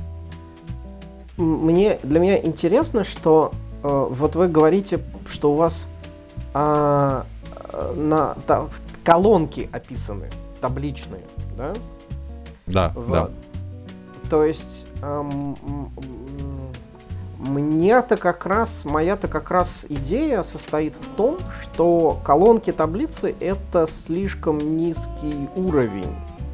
Мне, для меня интересно, что э, вот вы говорите, что у вас а, на та, колонки описаны, табличные, да? Да, Вот. да. То есть эм, мне-то как раз, моя-то как раз идея состоит в том, что колонки таблицы — это слишком низкий уровень.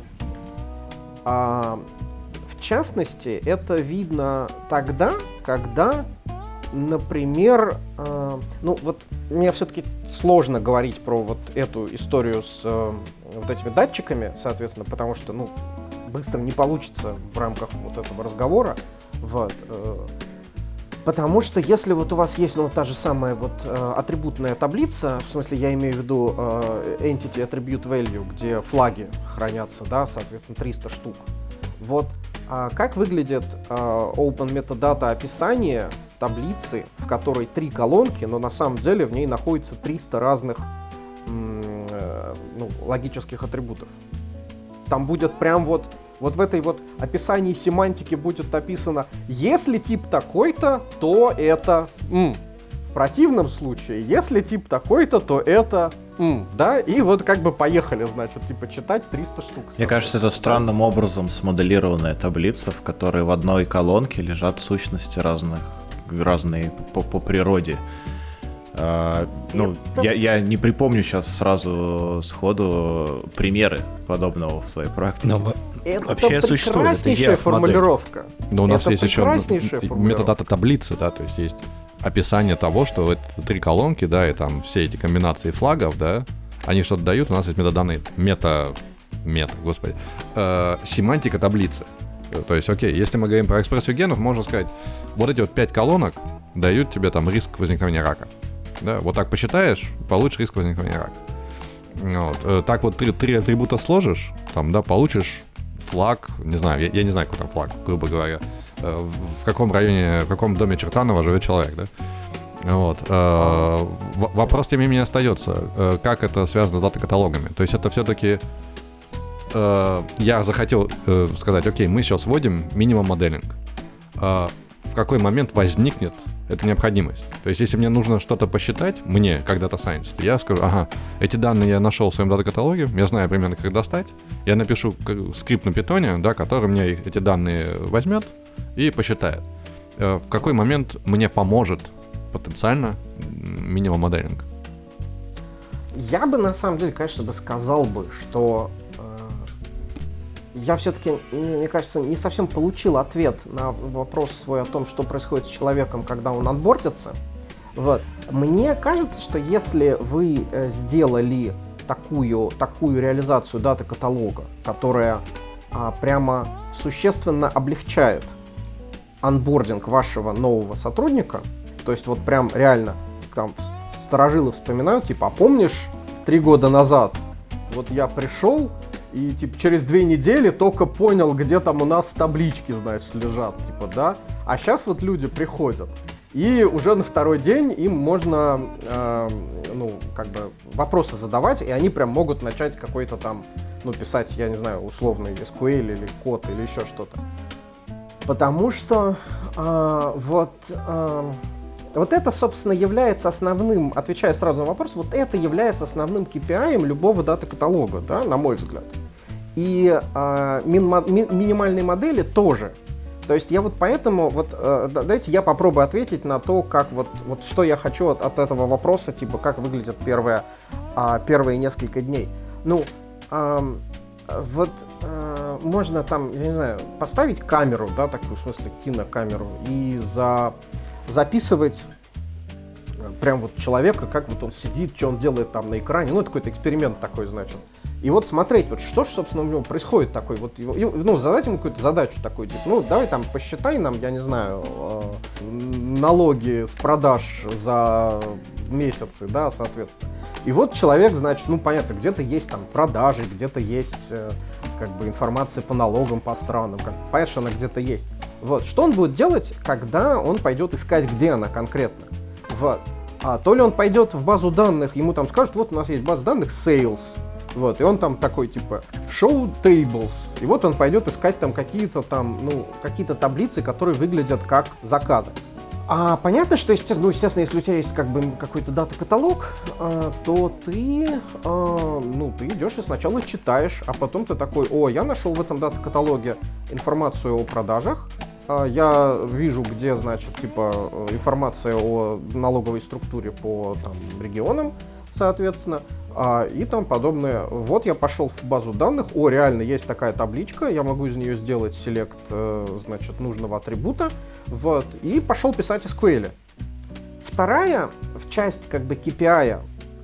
А, в частности, это видно тогда, когда, например, э, ну вот мне все-таки сложно говорить про вот эту историю с э, вот этими датчиками, соответственно, потому что, ну, быстро не получится в рамках вот этого разговора, вот, э, потому что если вот у вас есть, ну, та же самая вот э, атрибутная таблица, в смысле, я имею в виду э, Entity Attribute Value, где флаги хранятся, да, соответственно, триста штук, вот, а как выглядит э, Open Metadata описание таблицы, в которой три колонки, но на самом деле в ней находится триста разных м, э, ну, логических атрибутов. Там будет прям вот, вот в этой вот описании семантики будет описано, если тип такой-то, то это м. В противном случае, если тип такой-то, то это м. Да, и вот как бы поехали, значит, типа читать триста штук. Мне кажется, это странным образом смоделированная таблица, в которой в одной колонке лежат сущности разных, разные по, по природе. А, ну, я, я не припомню сейчас сразу сходу примеры подобного в своей практике. Но Это вообще существует, это прекраснейшая Е Эф модель. формулировка. Но у нас Это есть еще прекраснейшая формулировка. метадата таблицы, да, то есть есть описание того, что это три колонки, да, и там все эти комбинации флагов, да, они что-то дают, у нас есть метаданные, мета, мета, господи, э, семантика таблицы. То есть, окей, если мы говорим про экспрессию генов, можно сказать, вот эти вот пять колонок дают тебе там риск возникновения рака. Да, вот так посчитаешь, получишь риск возникновения рака. Вот. Э, так вот три, три атрибута сложишь, там, да, получишь флаг, не знаю, я, я не знаю, какой там флаг, грубо говоря, э, в, в каком районе, в каком доме Чертанова живет человек, да. Вот. Э, в, вопрос, тем не менее, остается, э, как это связано с дата-каталогами. То есть это все-таки э, я захотел э, сказать, окей, мы сейчас вводим минимум моделинг. Э, в в какой момент возникнет эта необходимость. То есть, если мне нужно что-то посчитать, мне, как Data Scientist, я скажу, ага, эти данные я нашел в своем дата-каталоге, я знаю примерно, как достать, я напишу скрипт на питоне, да, который мне эти данные возьмет и посчитает. В какой момент мне поможет потенциально минимум моделинг? Я бы, на самом деле, конечно, бы сказал бы, что э, я все-таки, мне кажется, не совсем получил ответ на вопрос свой о том, что происходит с человеком, когда он онбордится. Вот. Мне кажется, что если вы э, сделали такую, такую реализацию дата-каталога, которая э, прямо существенно облегчает онбординг вашего нового сотрудника, то есть вот прям реально там старожилы вспоминают, типа, а помнишь, три года назад вот я пришел и типа через две недели только понял, где там у нас таблички, значит, лежат, типа, да, а сейчас вот люди приходят, и уже на второй день им можно, э, ну, как бы вопросы задавать, и они прям могут начать какой-то там, ну, писать, я не знаю, условный эс ку эль или код или еще что-то. Потому что э, вот... Э, Вот это, собственно, является основным, отвечая сразу на вопрос, вот это является основным кей пи ай любого дата-каталога, да, на мой взгляд. И э, мин- ми- минимальные модели тоже. То есть я вот поэтому, вот, э, давайте я попробую ответить на то, как вот, вот что я хочу от, от этого вопроса, типа, как выглядят первые, э, первые несколько дней. Ну, э, вот э, можно там, я не знаю, поставить камеру, да, такую, в смысле, кинокамеру, и за... записывать прям вот человека, как вот он сидит, что он делает там на экране, ну, это какой-то эксперимент такой, значит. И вот смотреть, вот что же, собственно, у него происходит такой, вот, его, ну, задать ему какую-то задачу такую, типа, ну, давай там посчитай нам, я не знаю, э, налоги с продаж за месяцы, да, соответственно. И вот человек, значит, ну, понятно, где-то есть там продажи, где-то есть, э, как бы, информация по налогам, по странам, как, понятно, что она где-то есть. Вот, что он будет делать, когда он пойдет искать, где она конкретно? Вот. А то ли он пойдет в базу данных, ему там скажут, вот у нас есть база данных sales, вот, и он там такой, типа, show tables, и вот он пойдет искать там какие-то там, ну, какие-то таблицы, которые выглядят как заказы. А понятно, что, естественно, ну, естественно, если у тебя есть как бы какой-то дата-каталог, э, то ты, э, ну, ты идешь и сначала читаешь, а потом ты такой, о, я нашел в этом дата-каталоге информацию о продажах, э, я вижу, где, значит, типа, информация о налоговой структуре по там, регионам, соответственно, э, и там подобное. Вот я пошел в базу данных, о, реально есть такая табличка, я могу из нее сделать селект, э, значит, нужного атрибута. Вот, и пошел писать эс ку эль. Вторая часть как бы кей пи ай,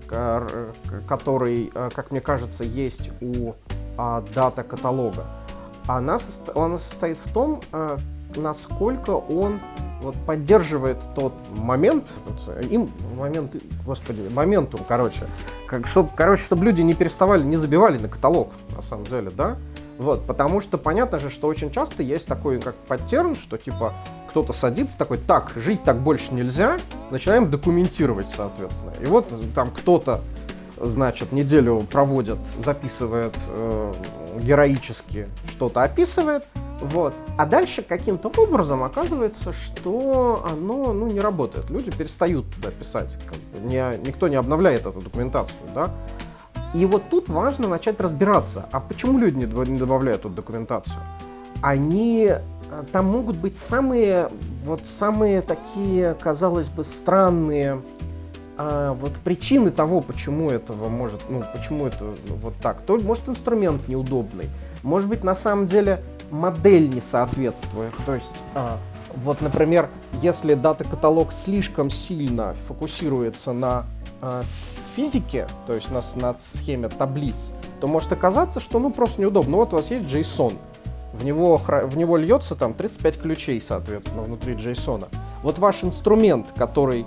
который, как мне кажется, есть у а, дата-каталога, она, состо... она состоит в том, а, насколько он вот, поддерживает тот момент, тот, им, момент, господи, моментум, короче, как, чтобы, короче, чтобы люди не переставали, не забивали на каталог, на самом деле, да? Вот, потому что понятно же, что очень часто есть такой как паттерн, что типа кто-то садится такой, так, жить так больше нельзя, начинаем документировать, соответственно. И вот там кто-то, значит, неделю проводит, записывает э, героически, что-то описывает, вот. А дальше каким-то образом оказывается, что оно, ну, не работает. Люди перестают туда писать, как бы, не, никто не обновляет эту документацию, да. И вот тут важно начать разбираться, а почему люди не добавляют эту документацию? Они, там могут быть самые, вот самые такие, казалось бы, странные а, вот причины того, почему этого может, ну, почему это ну, вот так. То, может, инструмент неудобный, может быть, на самом деле модель не соответствует. То есть, а, вот, например, если дата-каталог слишком сильно фокусируется на а, физике, то есть на, на схеме таблиц, то может оказаться, что ну просто неудобно. Вот у вас есть JSON, в него, в него льется там тридцать пять ключей, соответственно, внутри JSON. Вот ваш инструмент, который,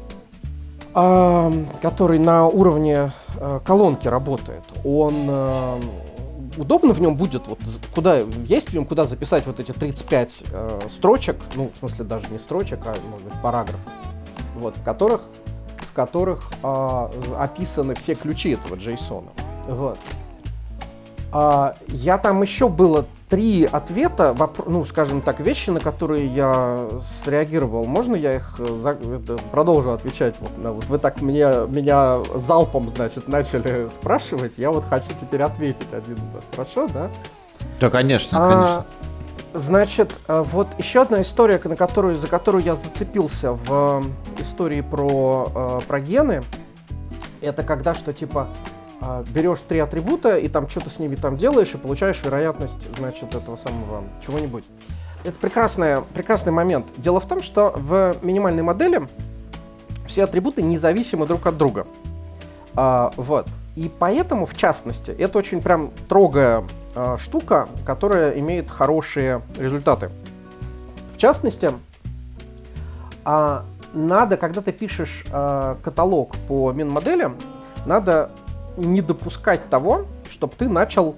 э, который на уровне э, колонки работает, он э, удобно в нем будет, вот куда, есть в нем куда записать вот эти тридцать пять э, строчек, ну, в смысле даже не строчек, а, может быть, параграфов, вот, в которых в которых э, описаны все ключи этого JSON. Вот. А, я там еще было три ответа, вопро- ну, скажем так, вещи, на которые я среагировал. Можно я их за- это, продолжу отвечать? Вот, на- вот вы так мне, меня залпом, значит, начали спрашивать. Я вот хочу теперь ответить один. Хорошо, да? Да, конечно, А, конечно. Значит, а, вот еще одна история, на которую, за которую я зацепился в э, истории про, э, про гены, это когда что типа э, берешь три атрибута и там что-то с ними там делаешь и получаешь вероятность, значит, этого самого чего-нибудь. Это прекрасный, прекрасный момент. Дело в том, что в минимальной модели все атрибуты независимы друг от друга. А, вот. И поэтому, в частности, это очень прям строгая э, штука, которая имеет хорошие результаты. В частности, э, надо, когда ты пишешь э, каталог по мин-модели, надо не допускать того, чтобы ты начал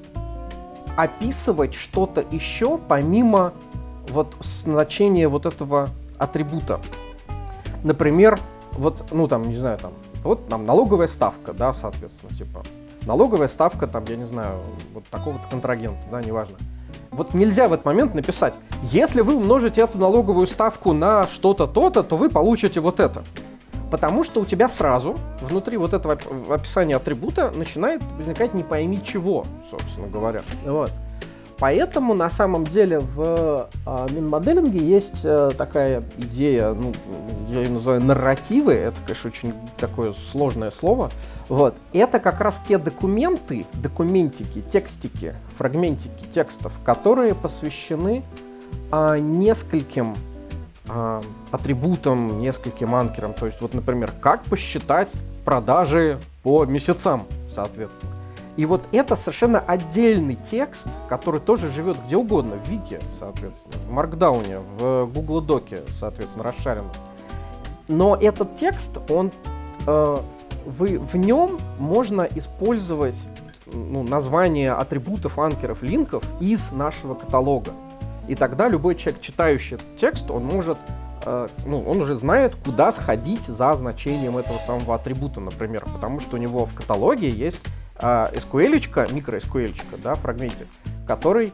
описывать что-то еще помимо вот значения вот этого атрибута. Например, вот, ну там, не знаю, там, вот там налоговая ставка, да, соответственно, типа, налоговая ставка, там, я не знаю, вот такого-то контрагента, да, неважно. Вот нельзя в этот момент написать, если вы умножите эту налоговую ставку на что-то то-то, то вы получите вот это. Потому что у тебя сразу внутри вот этого описания атрибута начинает возникать не пойми чего, собственно говоря. Вот. Поэтому на самом деле в э, мин-моделинге есть э, такая идея, ну, я ее называю нарративы, это, конечно, очень такое сложное слово. Вот. Это как раз те документы, документики, текстики, фрагментики текстов, которые посвящены э, нескольким э, атрибутам, нескольким анкерам. То есть, вот, например, как посчитать продажи по месяцам, соответственно. И вот это совершенно отдельный текст, который тоже живет где угодно, в Вики, соответственно, в Маркдауне, в Google Доке, соответственно, расшаренном. Но этот текст, он, э, вы, в нем можно использовать ну, названия атрибутов, анкеров, линков из нашего каталога. И тогда любой человек, читающий этот текст, он может, э, ну, он уже знает, куда сходить за значением этого самого атрибута, например, потому что у него в каталоге есть эс ку эль-очка, микро-эс ку эль-очка, да, фрагментик, который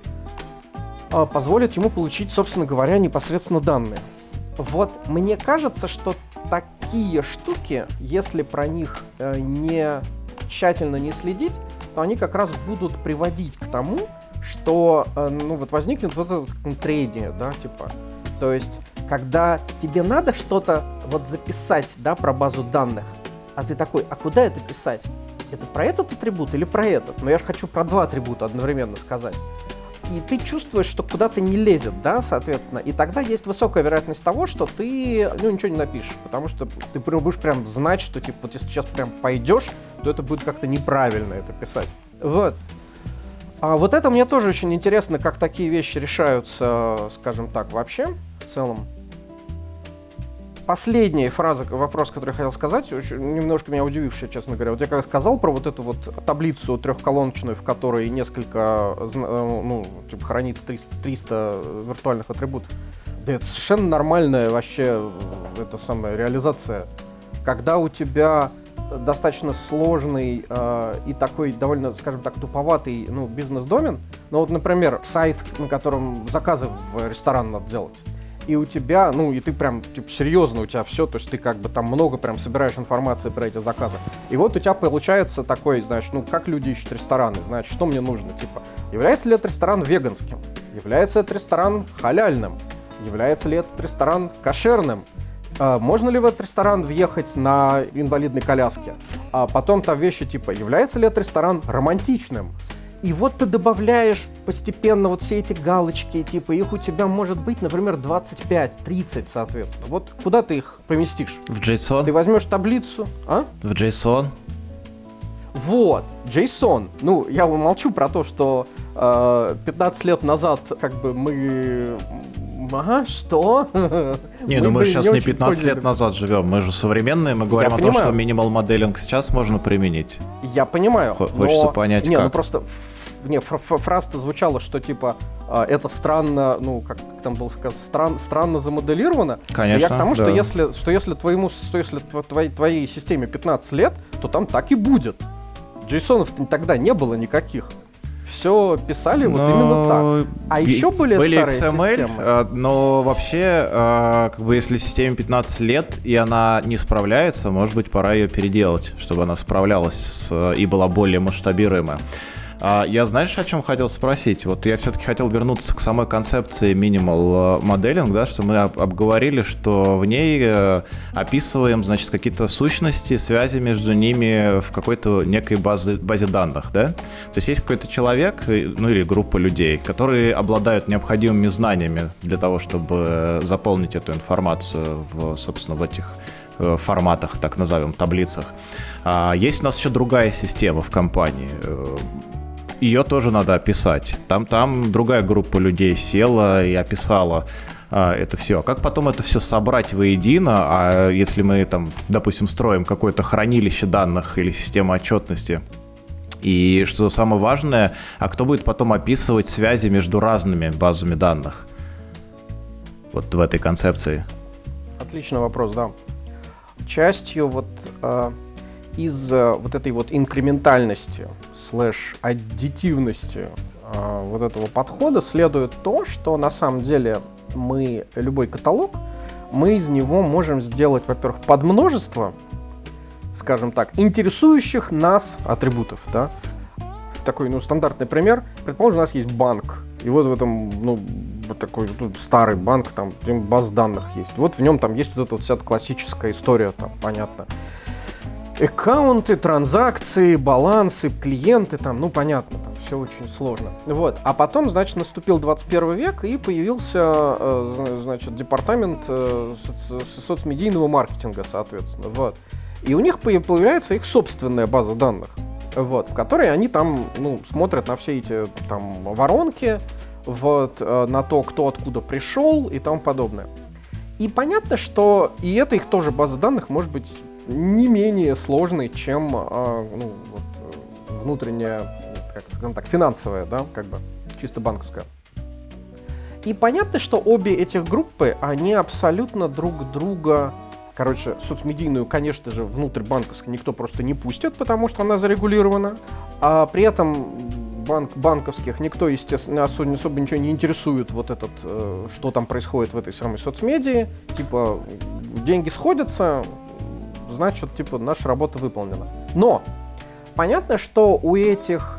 э, позволит ему получить, собственно говоря, непосредственно данные. Вот мне кажется, что такие штуки, если про них э, не тщательно не следить, то они как раз будут приводить к тому, что э, ну, вот возникнет вот это вот трение, да, типа, то есть, когда тебе надо что-то вот записать, да, про базу данных, а ты такой, а куда это писать? Это про этот атрибут или про этот? Но я же хочу про два атрибута одновременно сказать. И ты чувствуешь, что куда-то не лезет, да, соответственно. И тогда есть высокая вероятность того, что ты, ну, ничего не напишешь. Потому что ты будешь прям знать, что, типа, вот если сейчас прям пойдешь, то это будет как-то неправильно это писать. Вот. А вот это мне тоже очень интересно, как такие вещи решаются, скажем так, вообще, в целом. Последняя фраза, вопрос, который я хотел сказать, очень, немножко меня удивившая, честно говоря. Вот я как сказал про вот эту вот таблицу трехколоночную, в которой несколько, ну, типа, хранится триста, триста виртуальных атрибутов. Да это совершенно нормальная вообще эта самая реализация. Когда у тебя достаточно сложный э, и такой довольно, скажем так, туповатый, ну, бизнес-домен, ну вот, например, сайт, на котором заказы в ресторан надо делать, и у тебя, ну, и ты прям, типа, серьезно, у тебя все, то есть ты как бы там много прям собираешь информации про эти заказы. И вот у тебя получается такой, знаешь, ну, как люди ищут рестораны, значит, что мне нужно, типа, является ли этот ресторан веганским, является ли этот ресторан халяльным, является ли этот ресторан кошерным, а, можно ли в этот ресторан въехать на инвалидной коляске, а потом там вещи типа, является ли этот ресторан романтичным. И вот ты добавляешь постепенно вот все эти галочки, типа, их у тебя может быть, например, двадцать пять тридцать, соответственно. Вот куда ты их поместишь? В JSON? Ты возьмешь таблицу, а? В JSON? Вот, JSON. Ну, я молчу про то, что э, пятнадцать лет назад, как бы, мы... Ага, что? Не, ну мы же сейчас не пятнадцать лет назад живем, мы же современные, мы говорим о том, что минимал-моделинг сейчас можно применить. Я понимаю. Хочется понять, не, как. ну просто, не, фраза-то звучала, что типа это странно, ну как там было сказано, стран, странно замоделировано. Конечно. Я к тому, да. что если, что если твоему, что если твоей, твоей системе пятнадцать лет, то там так и будет. JSON-ов тогда не было никаких. все писали вот Но именно так. А б- еще более были старые икс эм эль, системы. а, но вообще, а, как бы если системе пятнадцать лет и она не справляется, может быть, пора ее переделать, чтобы она справлялась с, и была более масштабируемая. А, Я, знаешь, о чем хотел спросить? Вот я все-таки хотел вернуться к самой концепции minimal моделинг, да, что мы об- обговорили, что в ней э, описываем, значит, какие-то сущности, связи между ними в какой-то некой базе, базе данных, да? То есть есть какой-то человек, э, ну или группа людей, которые обладают необходимыми знаниями для того, чтобы заполнить эту информацию в, собственно, в этих э, форматах, так назовем, таблицах. А есть у нас еще другая система в компании. э, Ее тоже надо описать. Там, там другая группа людей села и описала а, это все. Как потом это все собрать воедино? А если мы там, допустим, строим какое-то хранилище данных или систему отчетности? И что самое важное, а кто будет потом описывать связи между разными базами данных? Вот в этой концепции. Отличный вопрос, да. Частью вот э, из э, вот этой вот инкрементальности слэш аддитивности э, вот этого подхода следует то, что на самом деле мы любой каталог, мы из него можем сделать, во-первых, подмножество, скажем так, интересующих нас атрибутов, да. Такой, ну, стандартный пример. Предположим, у нас есть банк, и вот в этом, ну, вот такой ну, старый банк, там, где баз данных есть. Вот в нем там есть вот эта вот вся классическая история, там, понятно. Аккаунты, транзакции, балансы, клиенты, там, ну, понятно, там все очень сложно. Вот. А потом, значит, наступил двадцать первый век, и появился, э, значит, департамент э, соц- соцмедийного маркетинга, соответственно, вот. И у них появляется их собственная база данных, вот, в которой они там, ну, смотрят на все эти, там, воронки, вот, э, на то, кто откуда пришел и тому подобное. И понятно, что и это их тоже база данных может быть не менее сложной, чем э, ну, вот, внутренняя, как скажем так, финансовая, да, как бы, чисто банковская. И понятно, что обе этих группы, они абсолютно друг друга, короче, соцмедийную, конечно же, внутрь банковской никто просто не пустит, потому что она зарегулирована, а при этом банк, банковских никто, естественно, особо, особо ничего не интересует, вот этот, э, что там происходит в этой самой соцмедии, типа, деньги сходятся, значит, типа, наша работа выполнена. Но понятно, что у этих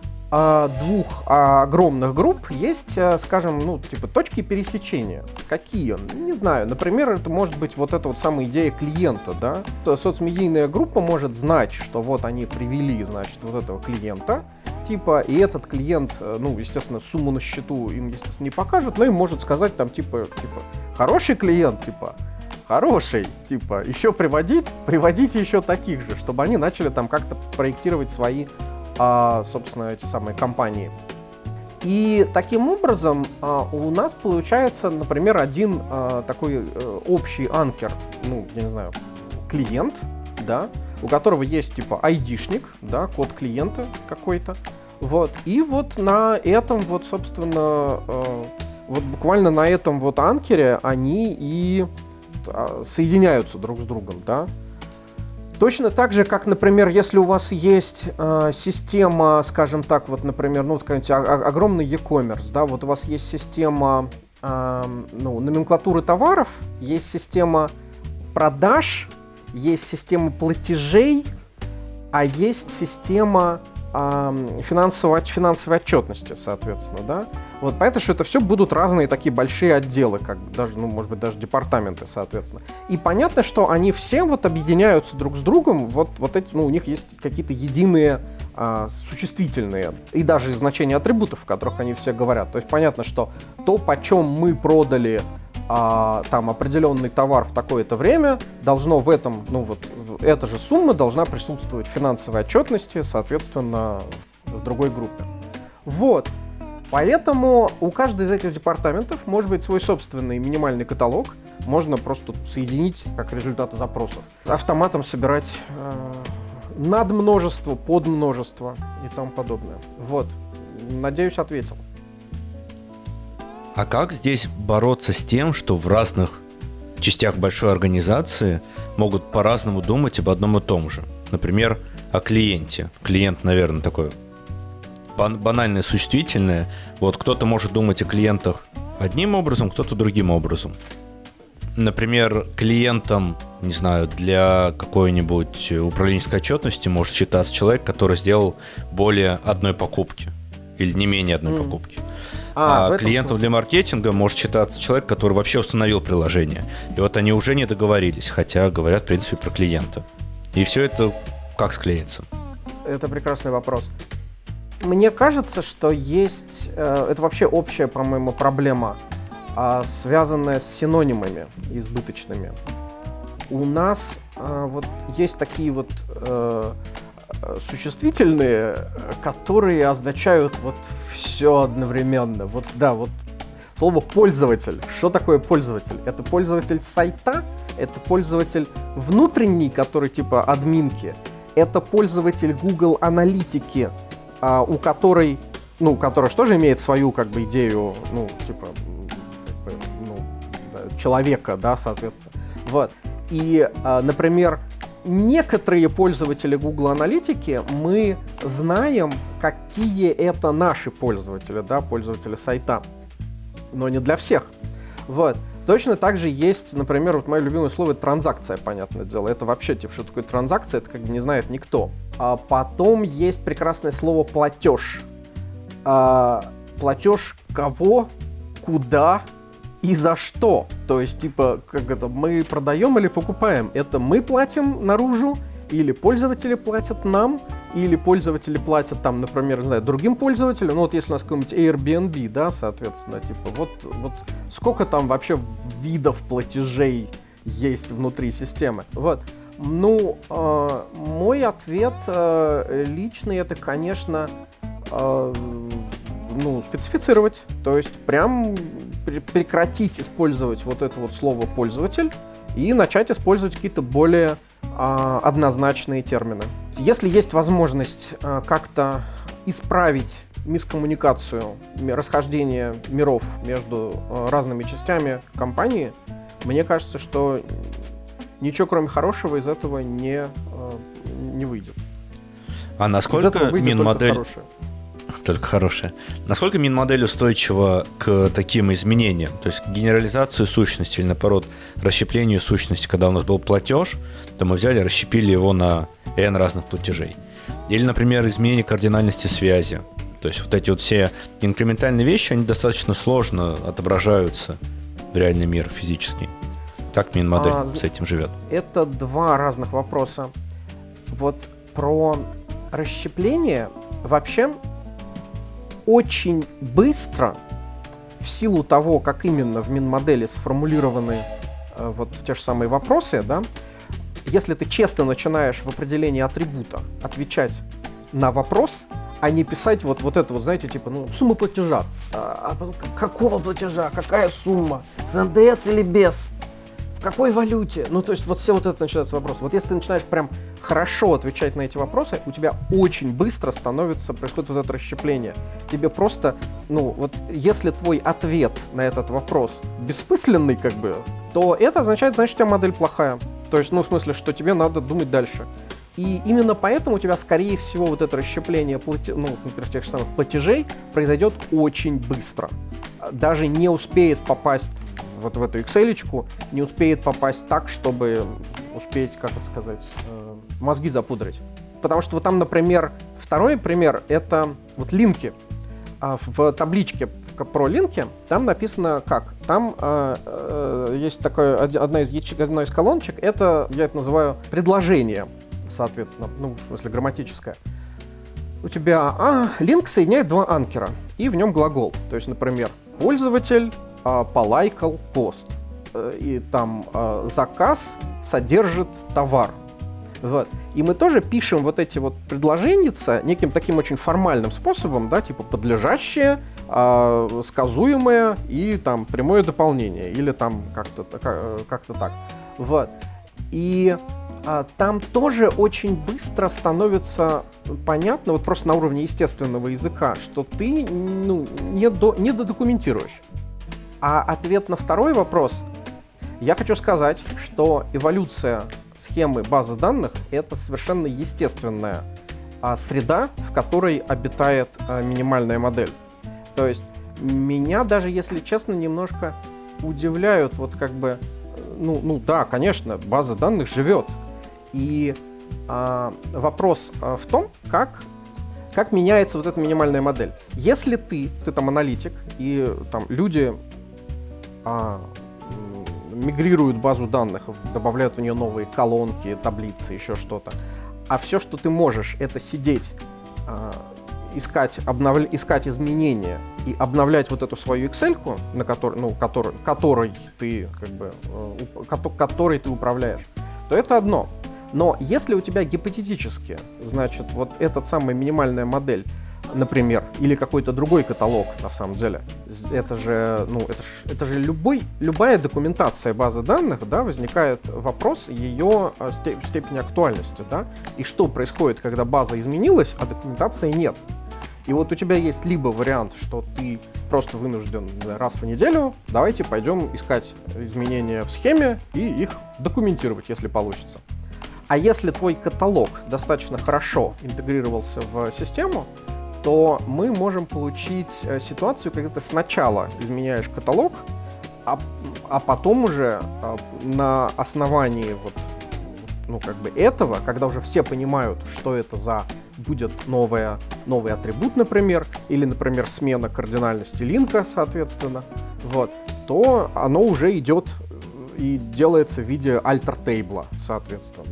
а, двух а, огромных групп есть, а, скажем, ну, типа, точки пересечения. Какие? Не знаю. Например, это может быть вот эта вот самая идея клиента, да? То соцмедийная группа может знать, что вот они привели, значит, вот этого клиента, типа, и этот клиент, ну, естественно, сумму на счету им, естественно, не покажут, но им может сказать там, типа, типа, хороший клиент, типа, хороший, типа, еще приводить, приводите еще таких же, чтобы они начали там как-то проектировать свои, а, собственно, эти самые компании. И таким образом а, у нас получается, например, один а, такой а, общий анкер, ну, я не знаю, клиент, да, у которого есть типа айдишник, да, код клиента какой-то, вот, и вот на этом вот, собственно, а, вот буквально на этом вот анкере они и соединяются друг с другом, да. Точно так же, как, например, если у вас есть э, система, скажем так, вот, например, ну, какой-нибудь огромный e-commerce, да, вот у вас есть система э, ну, номенклатуры товаров, есть система продаж, есть система платежей, а есть система э, финансовой, финансовой отчетности, соответственно, да. Вот, понятно, что это все будут разные такие большие отделы, как даже, ну, может быть, даже департаменты, соответственно. И понятно, что они все вот объединяются друг с другом, вот, вот эти, ну, у них есть какие-то единые а, существительные и даже значения атрибутов, в которых они все говорят. То есть понятно, что то, почем мы продали а, там определенный товар в такое-то время, должно в этом, ну, вот, эта же сумма должна присутствовать в финансовой отчетности, соответственно, в, в другой группе. Вот. Поэтому у каждого из этих департаментов может быть свой собственный минимальный каталог. Можно просто соединить как результаты запросов. Автоматом собирать э, надмножество, подмножество и тому подобное. Вот. Надеюсь, ответил. А как здесь бороться с тем, что в разных частях большой организации могут по-разному думать об одном и том же? Например, о клиенте. Клиент, наверное, такой бан- банальное существительное. Вот кто-то может думать о клиентах одним образом, кто-то другим образом. Например, клиентом, не знаю, для какой-нибудь управленческой отчетности может считаться человек, который сделал более одной покупки или не менее одной mm. покупки. А, а клиентом смысле. Для маркетинга может считаться человек, который вообще установил приложение. И вот они уже не договорились, хотя говорят, в принципе, про клиента. И все это как склеится? Это прекрасный вопрос. Мне кажется, что есть... Э, это вообще общая, по-моему, проблема, э, связанная с синонимами избыточными. У нас э, вот есть такие вот э, существительные, которые означают вот все одновременно. Вот, да, вот слово «пользователь». Что такое пользователь? Это пользователь сайта, это пользователь внутренний, который типа админки, это пользователь Google Аналитики, а, у которой, ну, которая тоже имеет свою как бы идею, ну, типа, как бы, ну, человека, да, соответственно. Вот. И, а, например, некоторые пользователи Google Аналитики мы знаем, какие это наши пользователи, да, пользователи сайта, но не для всех. Вот. Точно так же есть, например, вот мое любимое слово — транзакция, понятное дело. Это вообще, типа, что такое транзакция, это как бы не знает никто. А потом есть прекрасное слово платеж. А, платеж кого, куда и за что. То есть, типа, как это, мы продаем или покупаем? Это мы платим наружу, или пользователи платят нам, или пользователи платят там, например, не знаю, другим пользователям. Ну вот если у нас какой-нибудь Airbnb, да, соответственно, типа, вот, вот сколько там вообще видов платежей есть внутри системы. Вот. Ну, э, мой ответ э, личный — это, конечно, э, ну, специфицировать. То есть прям прекратить использовать вот это вот слово «пользователь» и начать использовать какие-то более э, однозначные термины. Если есть возможность э, как-то исправить мискоммуникацию, расхождение миров между э, разными частями компании, мне кажется, что ничего, кроме хорошего, из этого не, э, не выйдет. А насколько мин-модель... Только, только хорошая. Насколько мин-модель устойчива к таким изменениям? То есть к генерализации сущности или, наоборот, расщеплению сущности. Когда у нас был платеж, то мы взяли, расщепили его на N разных платежей. Или, например, изменение кардинальности связи. То есть вот эти вот все инкрементальные вещи, они достаточно сложно отображаются в реальный мир физический. Как мин-модель а, с этим живет? Это два разных вопроса. Вот про расщепление вообще очень быстро, в силу того, как именно в мин-модели сформулированы э, вот те же самые вопросы, да, если ты честно начинаешь в определении атрибута отвечать на вопрос, а не писать вот, вот это вот, знаете, типа, ну, сумма платежа. А, а, какого платежа? Какая сумма? С эн дэ эс или без? В какой валюте? Ну, то есть вот все вот это начинается вопрос. Вот если ты начинаешь прям хорошо отвечать на эти вопросы, у тебя очень быстро становится, происходит вот это расщепление. Тебе просто, ну, вот если твой ответ на этот вопрос бессмысленный, как бы, то это означает, значит, у тебя модель плохая. То есть, ну, в смысле, что тебе надо думать дальше. И именно поэтому у тебя, скорее всего, вот это расщепление плате... ну, например, тех же самых платежей произойдет очень быстро. Даже не успеет попасть вот в эту Excel-очку, не успеет попасть так, чтобы успеть, как это сказать, э, мозги запудрить. Потому что вот там, например, второй пример — это вот линки. А в табличке про линки там написано как? Там э, э, есть такое, одна из ячеек, одна из колоночек, это, я это называю, предложение, соответственно, ну, в смысле грамматическое. У тебя а, линк соединяет два анкера, и в нем глагол. То есть, например, пользователь а, полайкал пост, и там а, заказ содержит товар. Вот. И мы тоже пишем вот эти вот предложенница неким таким очень формальным способом, да, типа подлежащее, а, сказуемое и там прямое дополнение, или там как-то, как-то так. Вот. И а, там тоже очень быстро становится понятно, вот просто на уровне естественного языка, что ты, ну, не, до, не додокументируешь. А ответ на второй вопрос, я хочу сказать, что эволюция схемы базы данных — это совершенно естественная а, среда, в которой обитает а, минимальная модель. То есть меня даже, если честно, немножко удивляют, вот как бы, ну, ну да, конечно, база данных живет. И а, вопрос а, в том, как, как меняется вот эта минимальная модель. Если ты, ты там аналитик, и там люди а, мигрируют базу данных, добавляют в нее новые колонки, таблицы, еще что-то, а все, что ты можешь, это сидеть, а, искать, обновля... искать изменения и обновлять вот эту свою Excel-ку, на которой, ну, который, которой ты как бы, э, которой ты управляешь, то это одно. Но если у тебя гипотетически, значит, вот эта самая минимальная модель, например, или какой-то другой каталог, на самом деле, это же, ну, это ж, это же любой, любая документация базы данных, да, возникает вопрос ее степени актуальности, да, и что происходит, когда база изменилась, а документации нет. И вот у тебя есть либо вариант, что ты просто вынужден раз в неделю, давайте пойдем искать изменения в схеме и их документировать, если получится. А если твой каталог достаточно хорошо интегрировался в систему, то мы можем получить ситуацию, когда ты сначала изменяешь каталог, а, а потом уже а, на основании вот, ну, как бы этого, когда уже все понимают, что это за будет новая, новый атрибут, например, или, например, смена кардинальности линка, соответственно, вот, то оно уже идет и делается в виде альтер-тейбла, соответственно.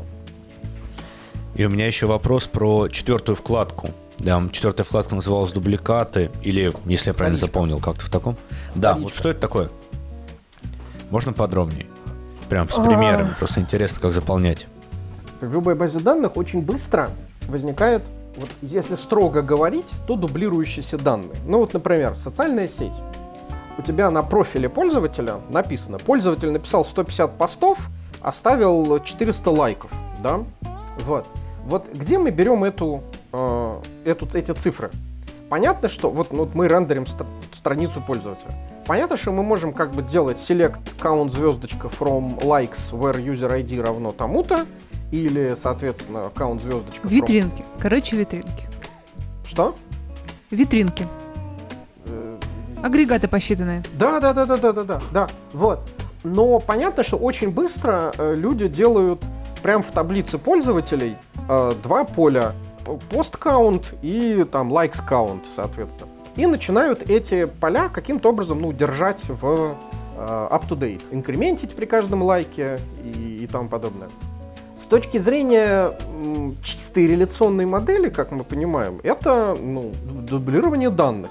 И у меня еще вопрос про четвертую вкладку. Да, четвертая вкладка называлась дубликаты, или, если я правильно Вторичка. запомнил, как-то в таком. Да, Вторичка. вот что это такое? Можно подробнее? Прям с примерами, просто интересно, как заполнять. В любой базе данных очень быстро возникает, вот если строго говорить, то дублирующиеся данные. Ну вот, например, социальная сеть. У тебя на профиле пользователя написано: пользователь написал сто пятьдесят постов, оставил четыреста лайков, да? Вот. Вот где мы берем эту, э, эту, эти цифры? Понятно, что вот, вот мы рендерим стр- страницу пользователя. Понятно, что мы можем как бы делать select count звездочка from likes where user ай ди равно тому-то, или, соответственно, count звездочка from... Витринки. Короче, витринки. Что? Витринки. Э, Агрегаты посчитанные. Да, да, да, да, да, да, да, да. Вот. Но понятно, что очень быстро э, люди делают прям в таблице пользователей э, два поля: post count и там likes count, соответственно. И начинают эти поля каким-то образом, ну, держать в э, up-to-date, инкрементить при каждом лайке и, и тому подобное. С точки зрения м, чистой реляционной модели, как мы понимаем, это, ну, дублирование данных.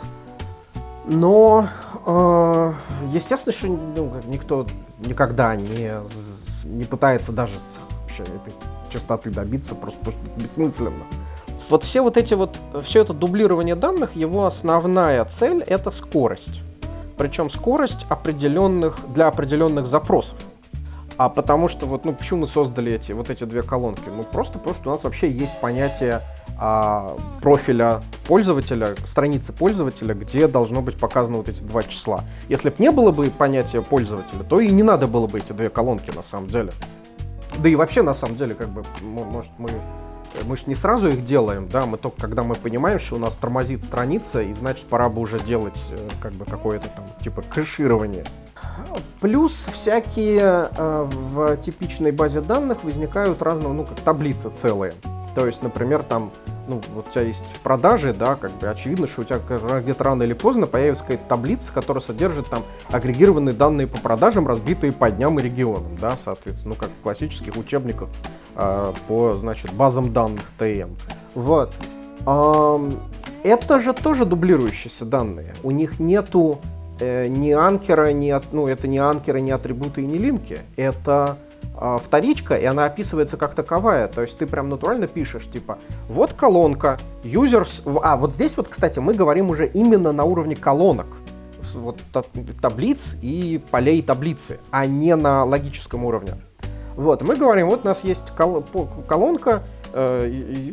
Но, э, естественно, что, ну, никто никогда не, не пытается даже вообще этой частоты добиться, просто потому что это бессмысленно. Вот все вот эти вот, все это дублирование данных, его основная цель — это скорость. Причем скорость определенных, для определенных запросов. А потому что, вот, ну, почему мы создали эти, вот эти две колонки? Ну, просто потому что у нас вообще есть понятие а, профиля пользователя, страницы пользователя, где должно быть показано вот эти два числа. Если бы не было бы понятия пользователя, то и не надо было бы эти две колонки на самом деле. Да и вообще, на самом деле, как бы, может, мы, мы же не сразу их делаем, да, мы только когда мы понимаем, что у нас тормозит страница, и значит, пора бы уже делать, как бы, какое-то там, типа, кэширование. Плюс всякие э, в типичной базе данных возникают разного, ну, как таблицы целые. То есть, например, там, ну, вот у тебя есть продажи, да, как бы очевидно, что у тебя где-то рано или поздно появится какая-то таблица, которая содержит там агрегированные данные по продажам, разбитые по дням и регионам, да, соответственно, ну, как в классических учебниках э, по, значит, базам данных тэ эм. Вот. Эм, это же тоже дублирующиеся данные. У них нету э, ни анкера, ни, от, ну, это не анкеры, ни атрибуты и ни линки. Это э, вторичка, и она описывается как таковая. То есть ты прям натурально пишешь, типа, вот колонка, users... А, вот здесь вот, кстати, мы говорим уже именно на уровне колонок. Вот таблиц и полей таблицы, а не на логическом уровне. Вот, мы говорим, вот у нас есть кол- колонка э,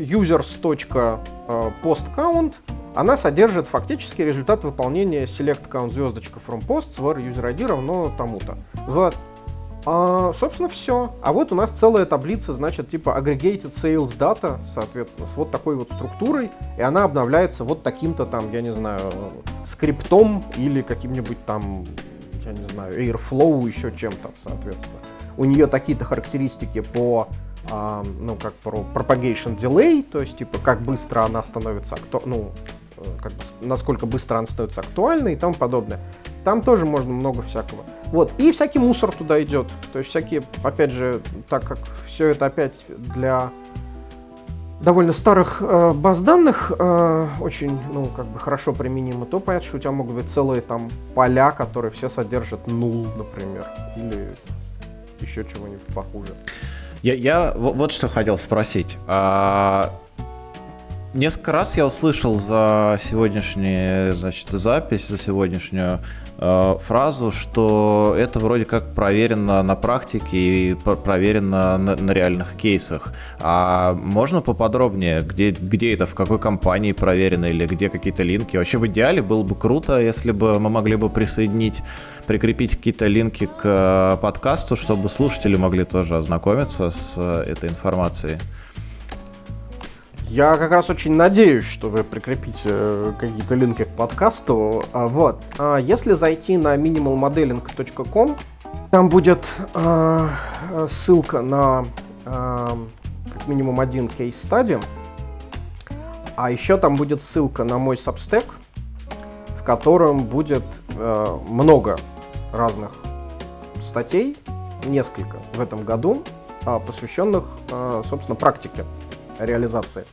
users.postCount, она содержит фактически результат выполнения select count звездочка from posts where user ай ди равно тому-то. Вот. А, собственно, все. А вот у нас целая таблица, значит, типа aggregated sales data, соответственно, с вот такой вот структурой, и она обновляется вот таким-то там, я не знаю, скриптом или каким-нибудь там, я не знаю, Airflow, еще чем-то, соответственно. У нее такие-то характеристики по, а, ну, как про propagation delay, то есть, типа, как быстро она становится, акту... ну, как бы, насколько быстро она становится актуальной и тому подобное. Там тоже можно много всякого. Вот. И всякий мусор туда идет. То есть всякие, опять же, так как все это опять для довольно старых э, баз данных э, очень, ну, как бы хорошо применимо, то понятно, что у тебя могут быть целые там поля, которые все содержат null, например, или еще чего-нибудь похуже. Я, я вот что хотел спросить. А... Несколько раз я услышал за сегодняшнюю, значит, запись, за сегодняшнюю э, фразу, что это вроде как проверено на практике и про- проверено на, на реальных кейсах. А можно поподробнее, где, где это, в какой компании проверено или где какие-то линки? Вообще в идеале было бы круто, если бы мы могли бы присоединить, прикрепить какие-то линки к подкасту, чтобы слушатели могли тоже ознакомиться с этой информацией. Я как раз очень надеюсь, что вы прикрепите э, какие-то линки к подкасту. А, вот. А, если зайти на minimal modeling точка ком, там будет э, ссылка на э, как минимум один кейс-стади. А еще там будет ссылка на мой Substack, в котором будет э, много разных статей, несколько в этом году, э, посвященных, э, собственно, практике реализации.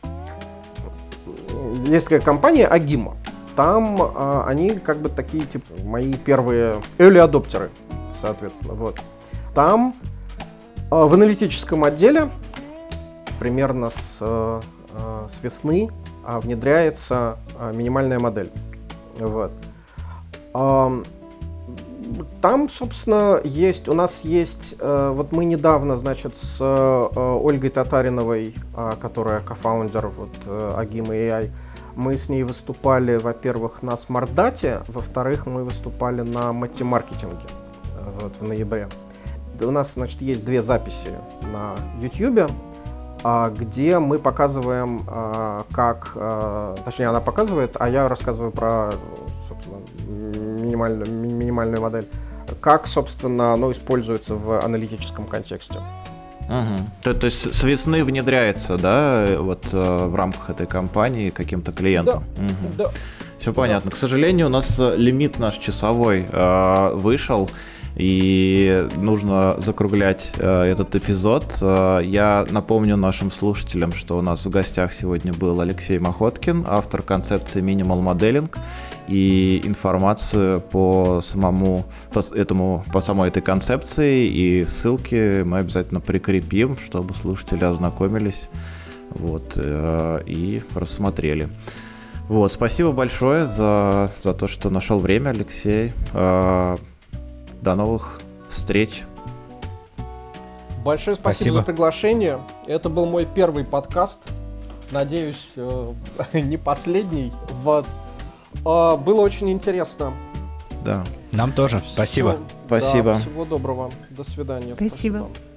Есть такая компания Agimo. Там а, они как бы такие, типа, мои первые early адоптеры, соответственно. Вот. Там а, в аналитическом отделе примерно с, а, с весны а, внедряется а, минимальная модель. Вот. А, Там, собственно, есть, у нас есть, э, вот мы недавно, значит, с э, Ольгой Татариновой, э, которая кофаундер вот, э, Agimo эй ай, мы с ней выступали, во-первых, на Смартдате, во-вторых, мы выступали на Матти-маркетинге э, вот, в ноябре. У нас, значит, есть две записи на YouTube, э, где мы показываем, э, как, э, точнее, она показывает, а я рассказываю про, собственно, минимальную, ми- минимальную модель, как, собственно, оно используется в аналитическом контексте. Угу. То, то есть с весны внедряется, да, вот э, в рамках этой компании каким-то клиентам? Да, Угу. да. Все понятно. К сожалению, у нас э, лимит наш часовой э, вышел, и нужно закруглять э, этот эпизод. Э, я напомню нашим слушателям, что у нас в гостях сегодня был Алексей Махоткин, автор концепции Minimal Modeling, и информацию по самому по этому по самой этой концепции и ссылки мы обязательно прикрепим, чтобы слушатели ознакомились, вот, э, и рассмотрели. Вот, спасибо большое за, за то, что нашел время, Алексей. Э, до новых встреч. Большое спасибо, Спасибо. за приглашение. Это был мой первый подкаст. Надеюсь, э, не последний. Вот. Э, было очень интересно. Да. Нам тоже. Всё. Спасибо. Да, Спасибо. всего доброго. До свидания. Спасибо. Спасибо.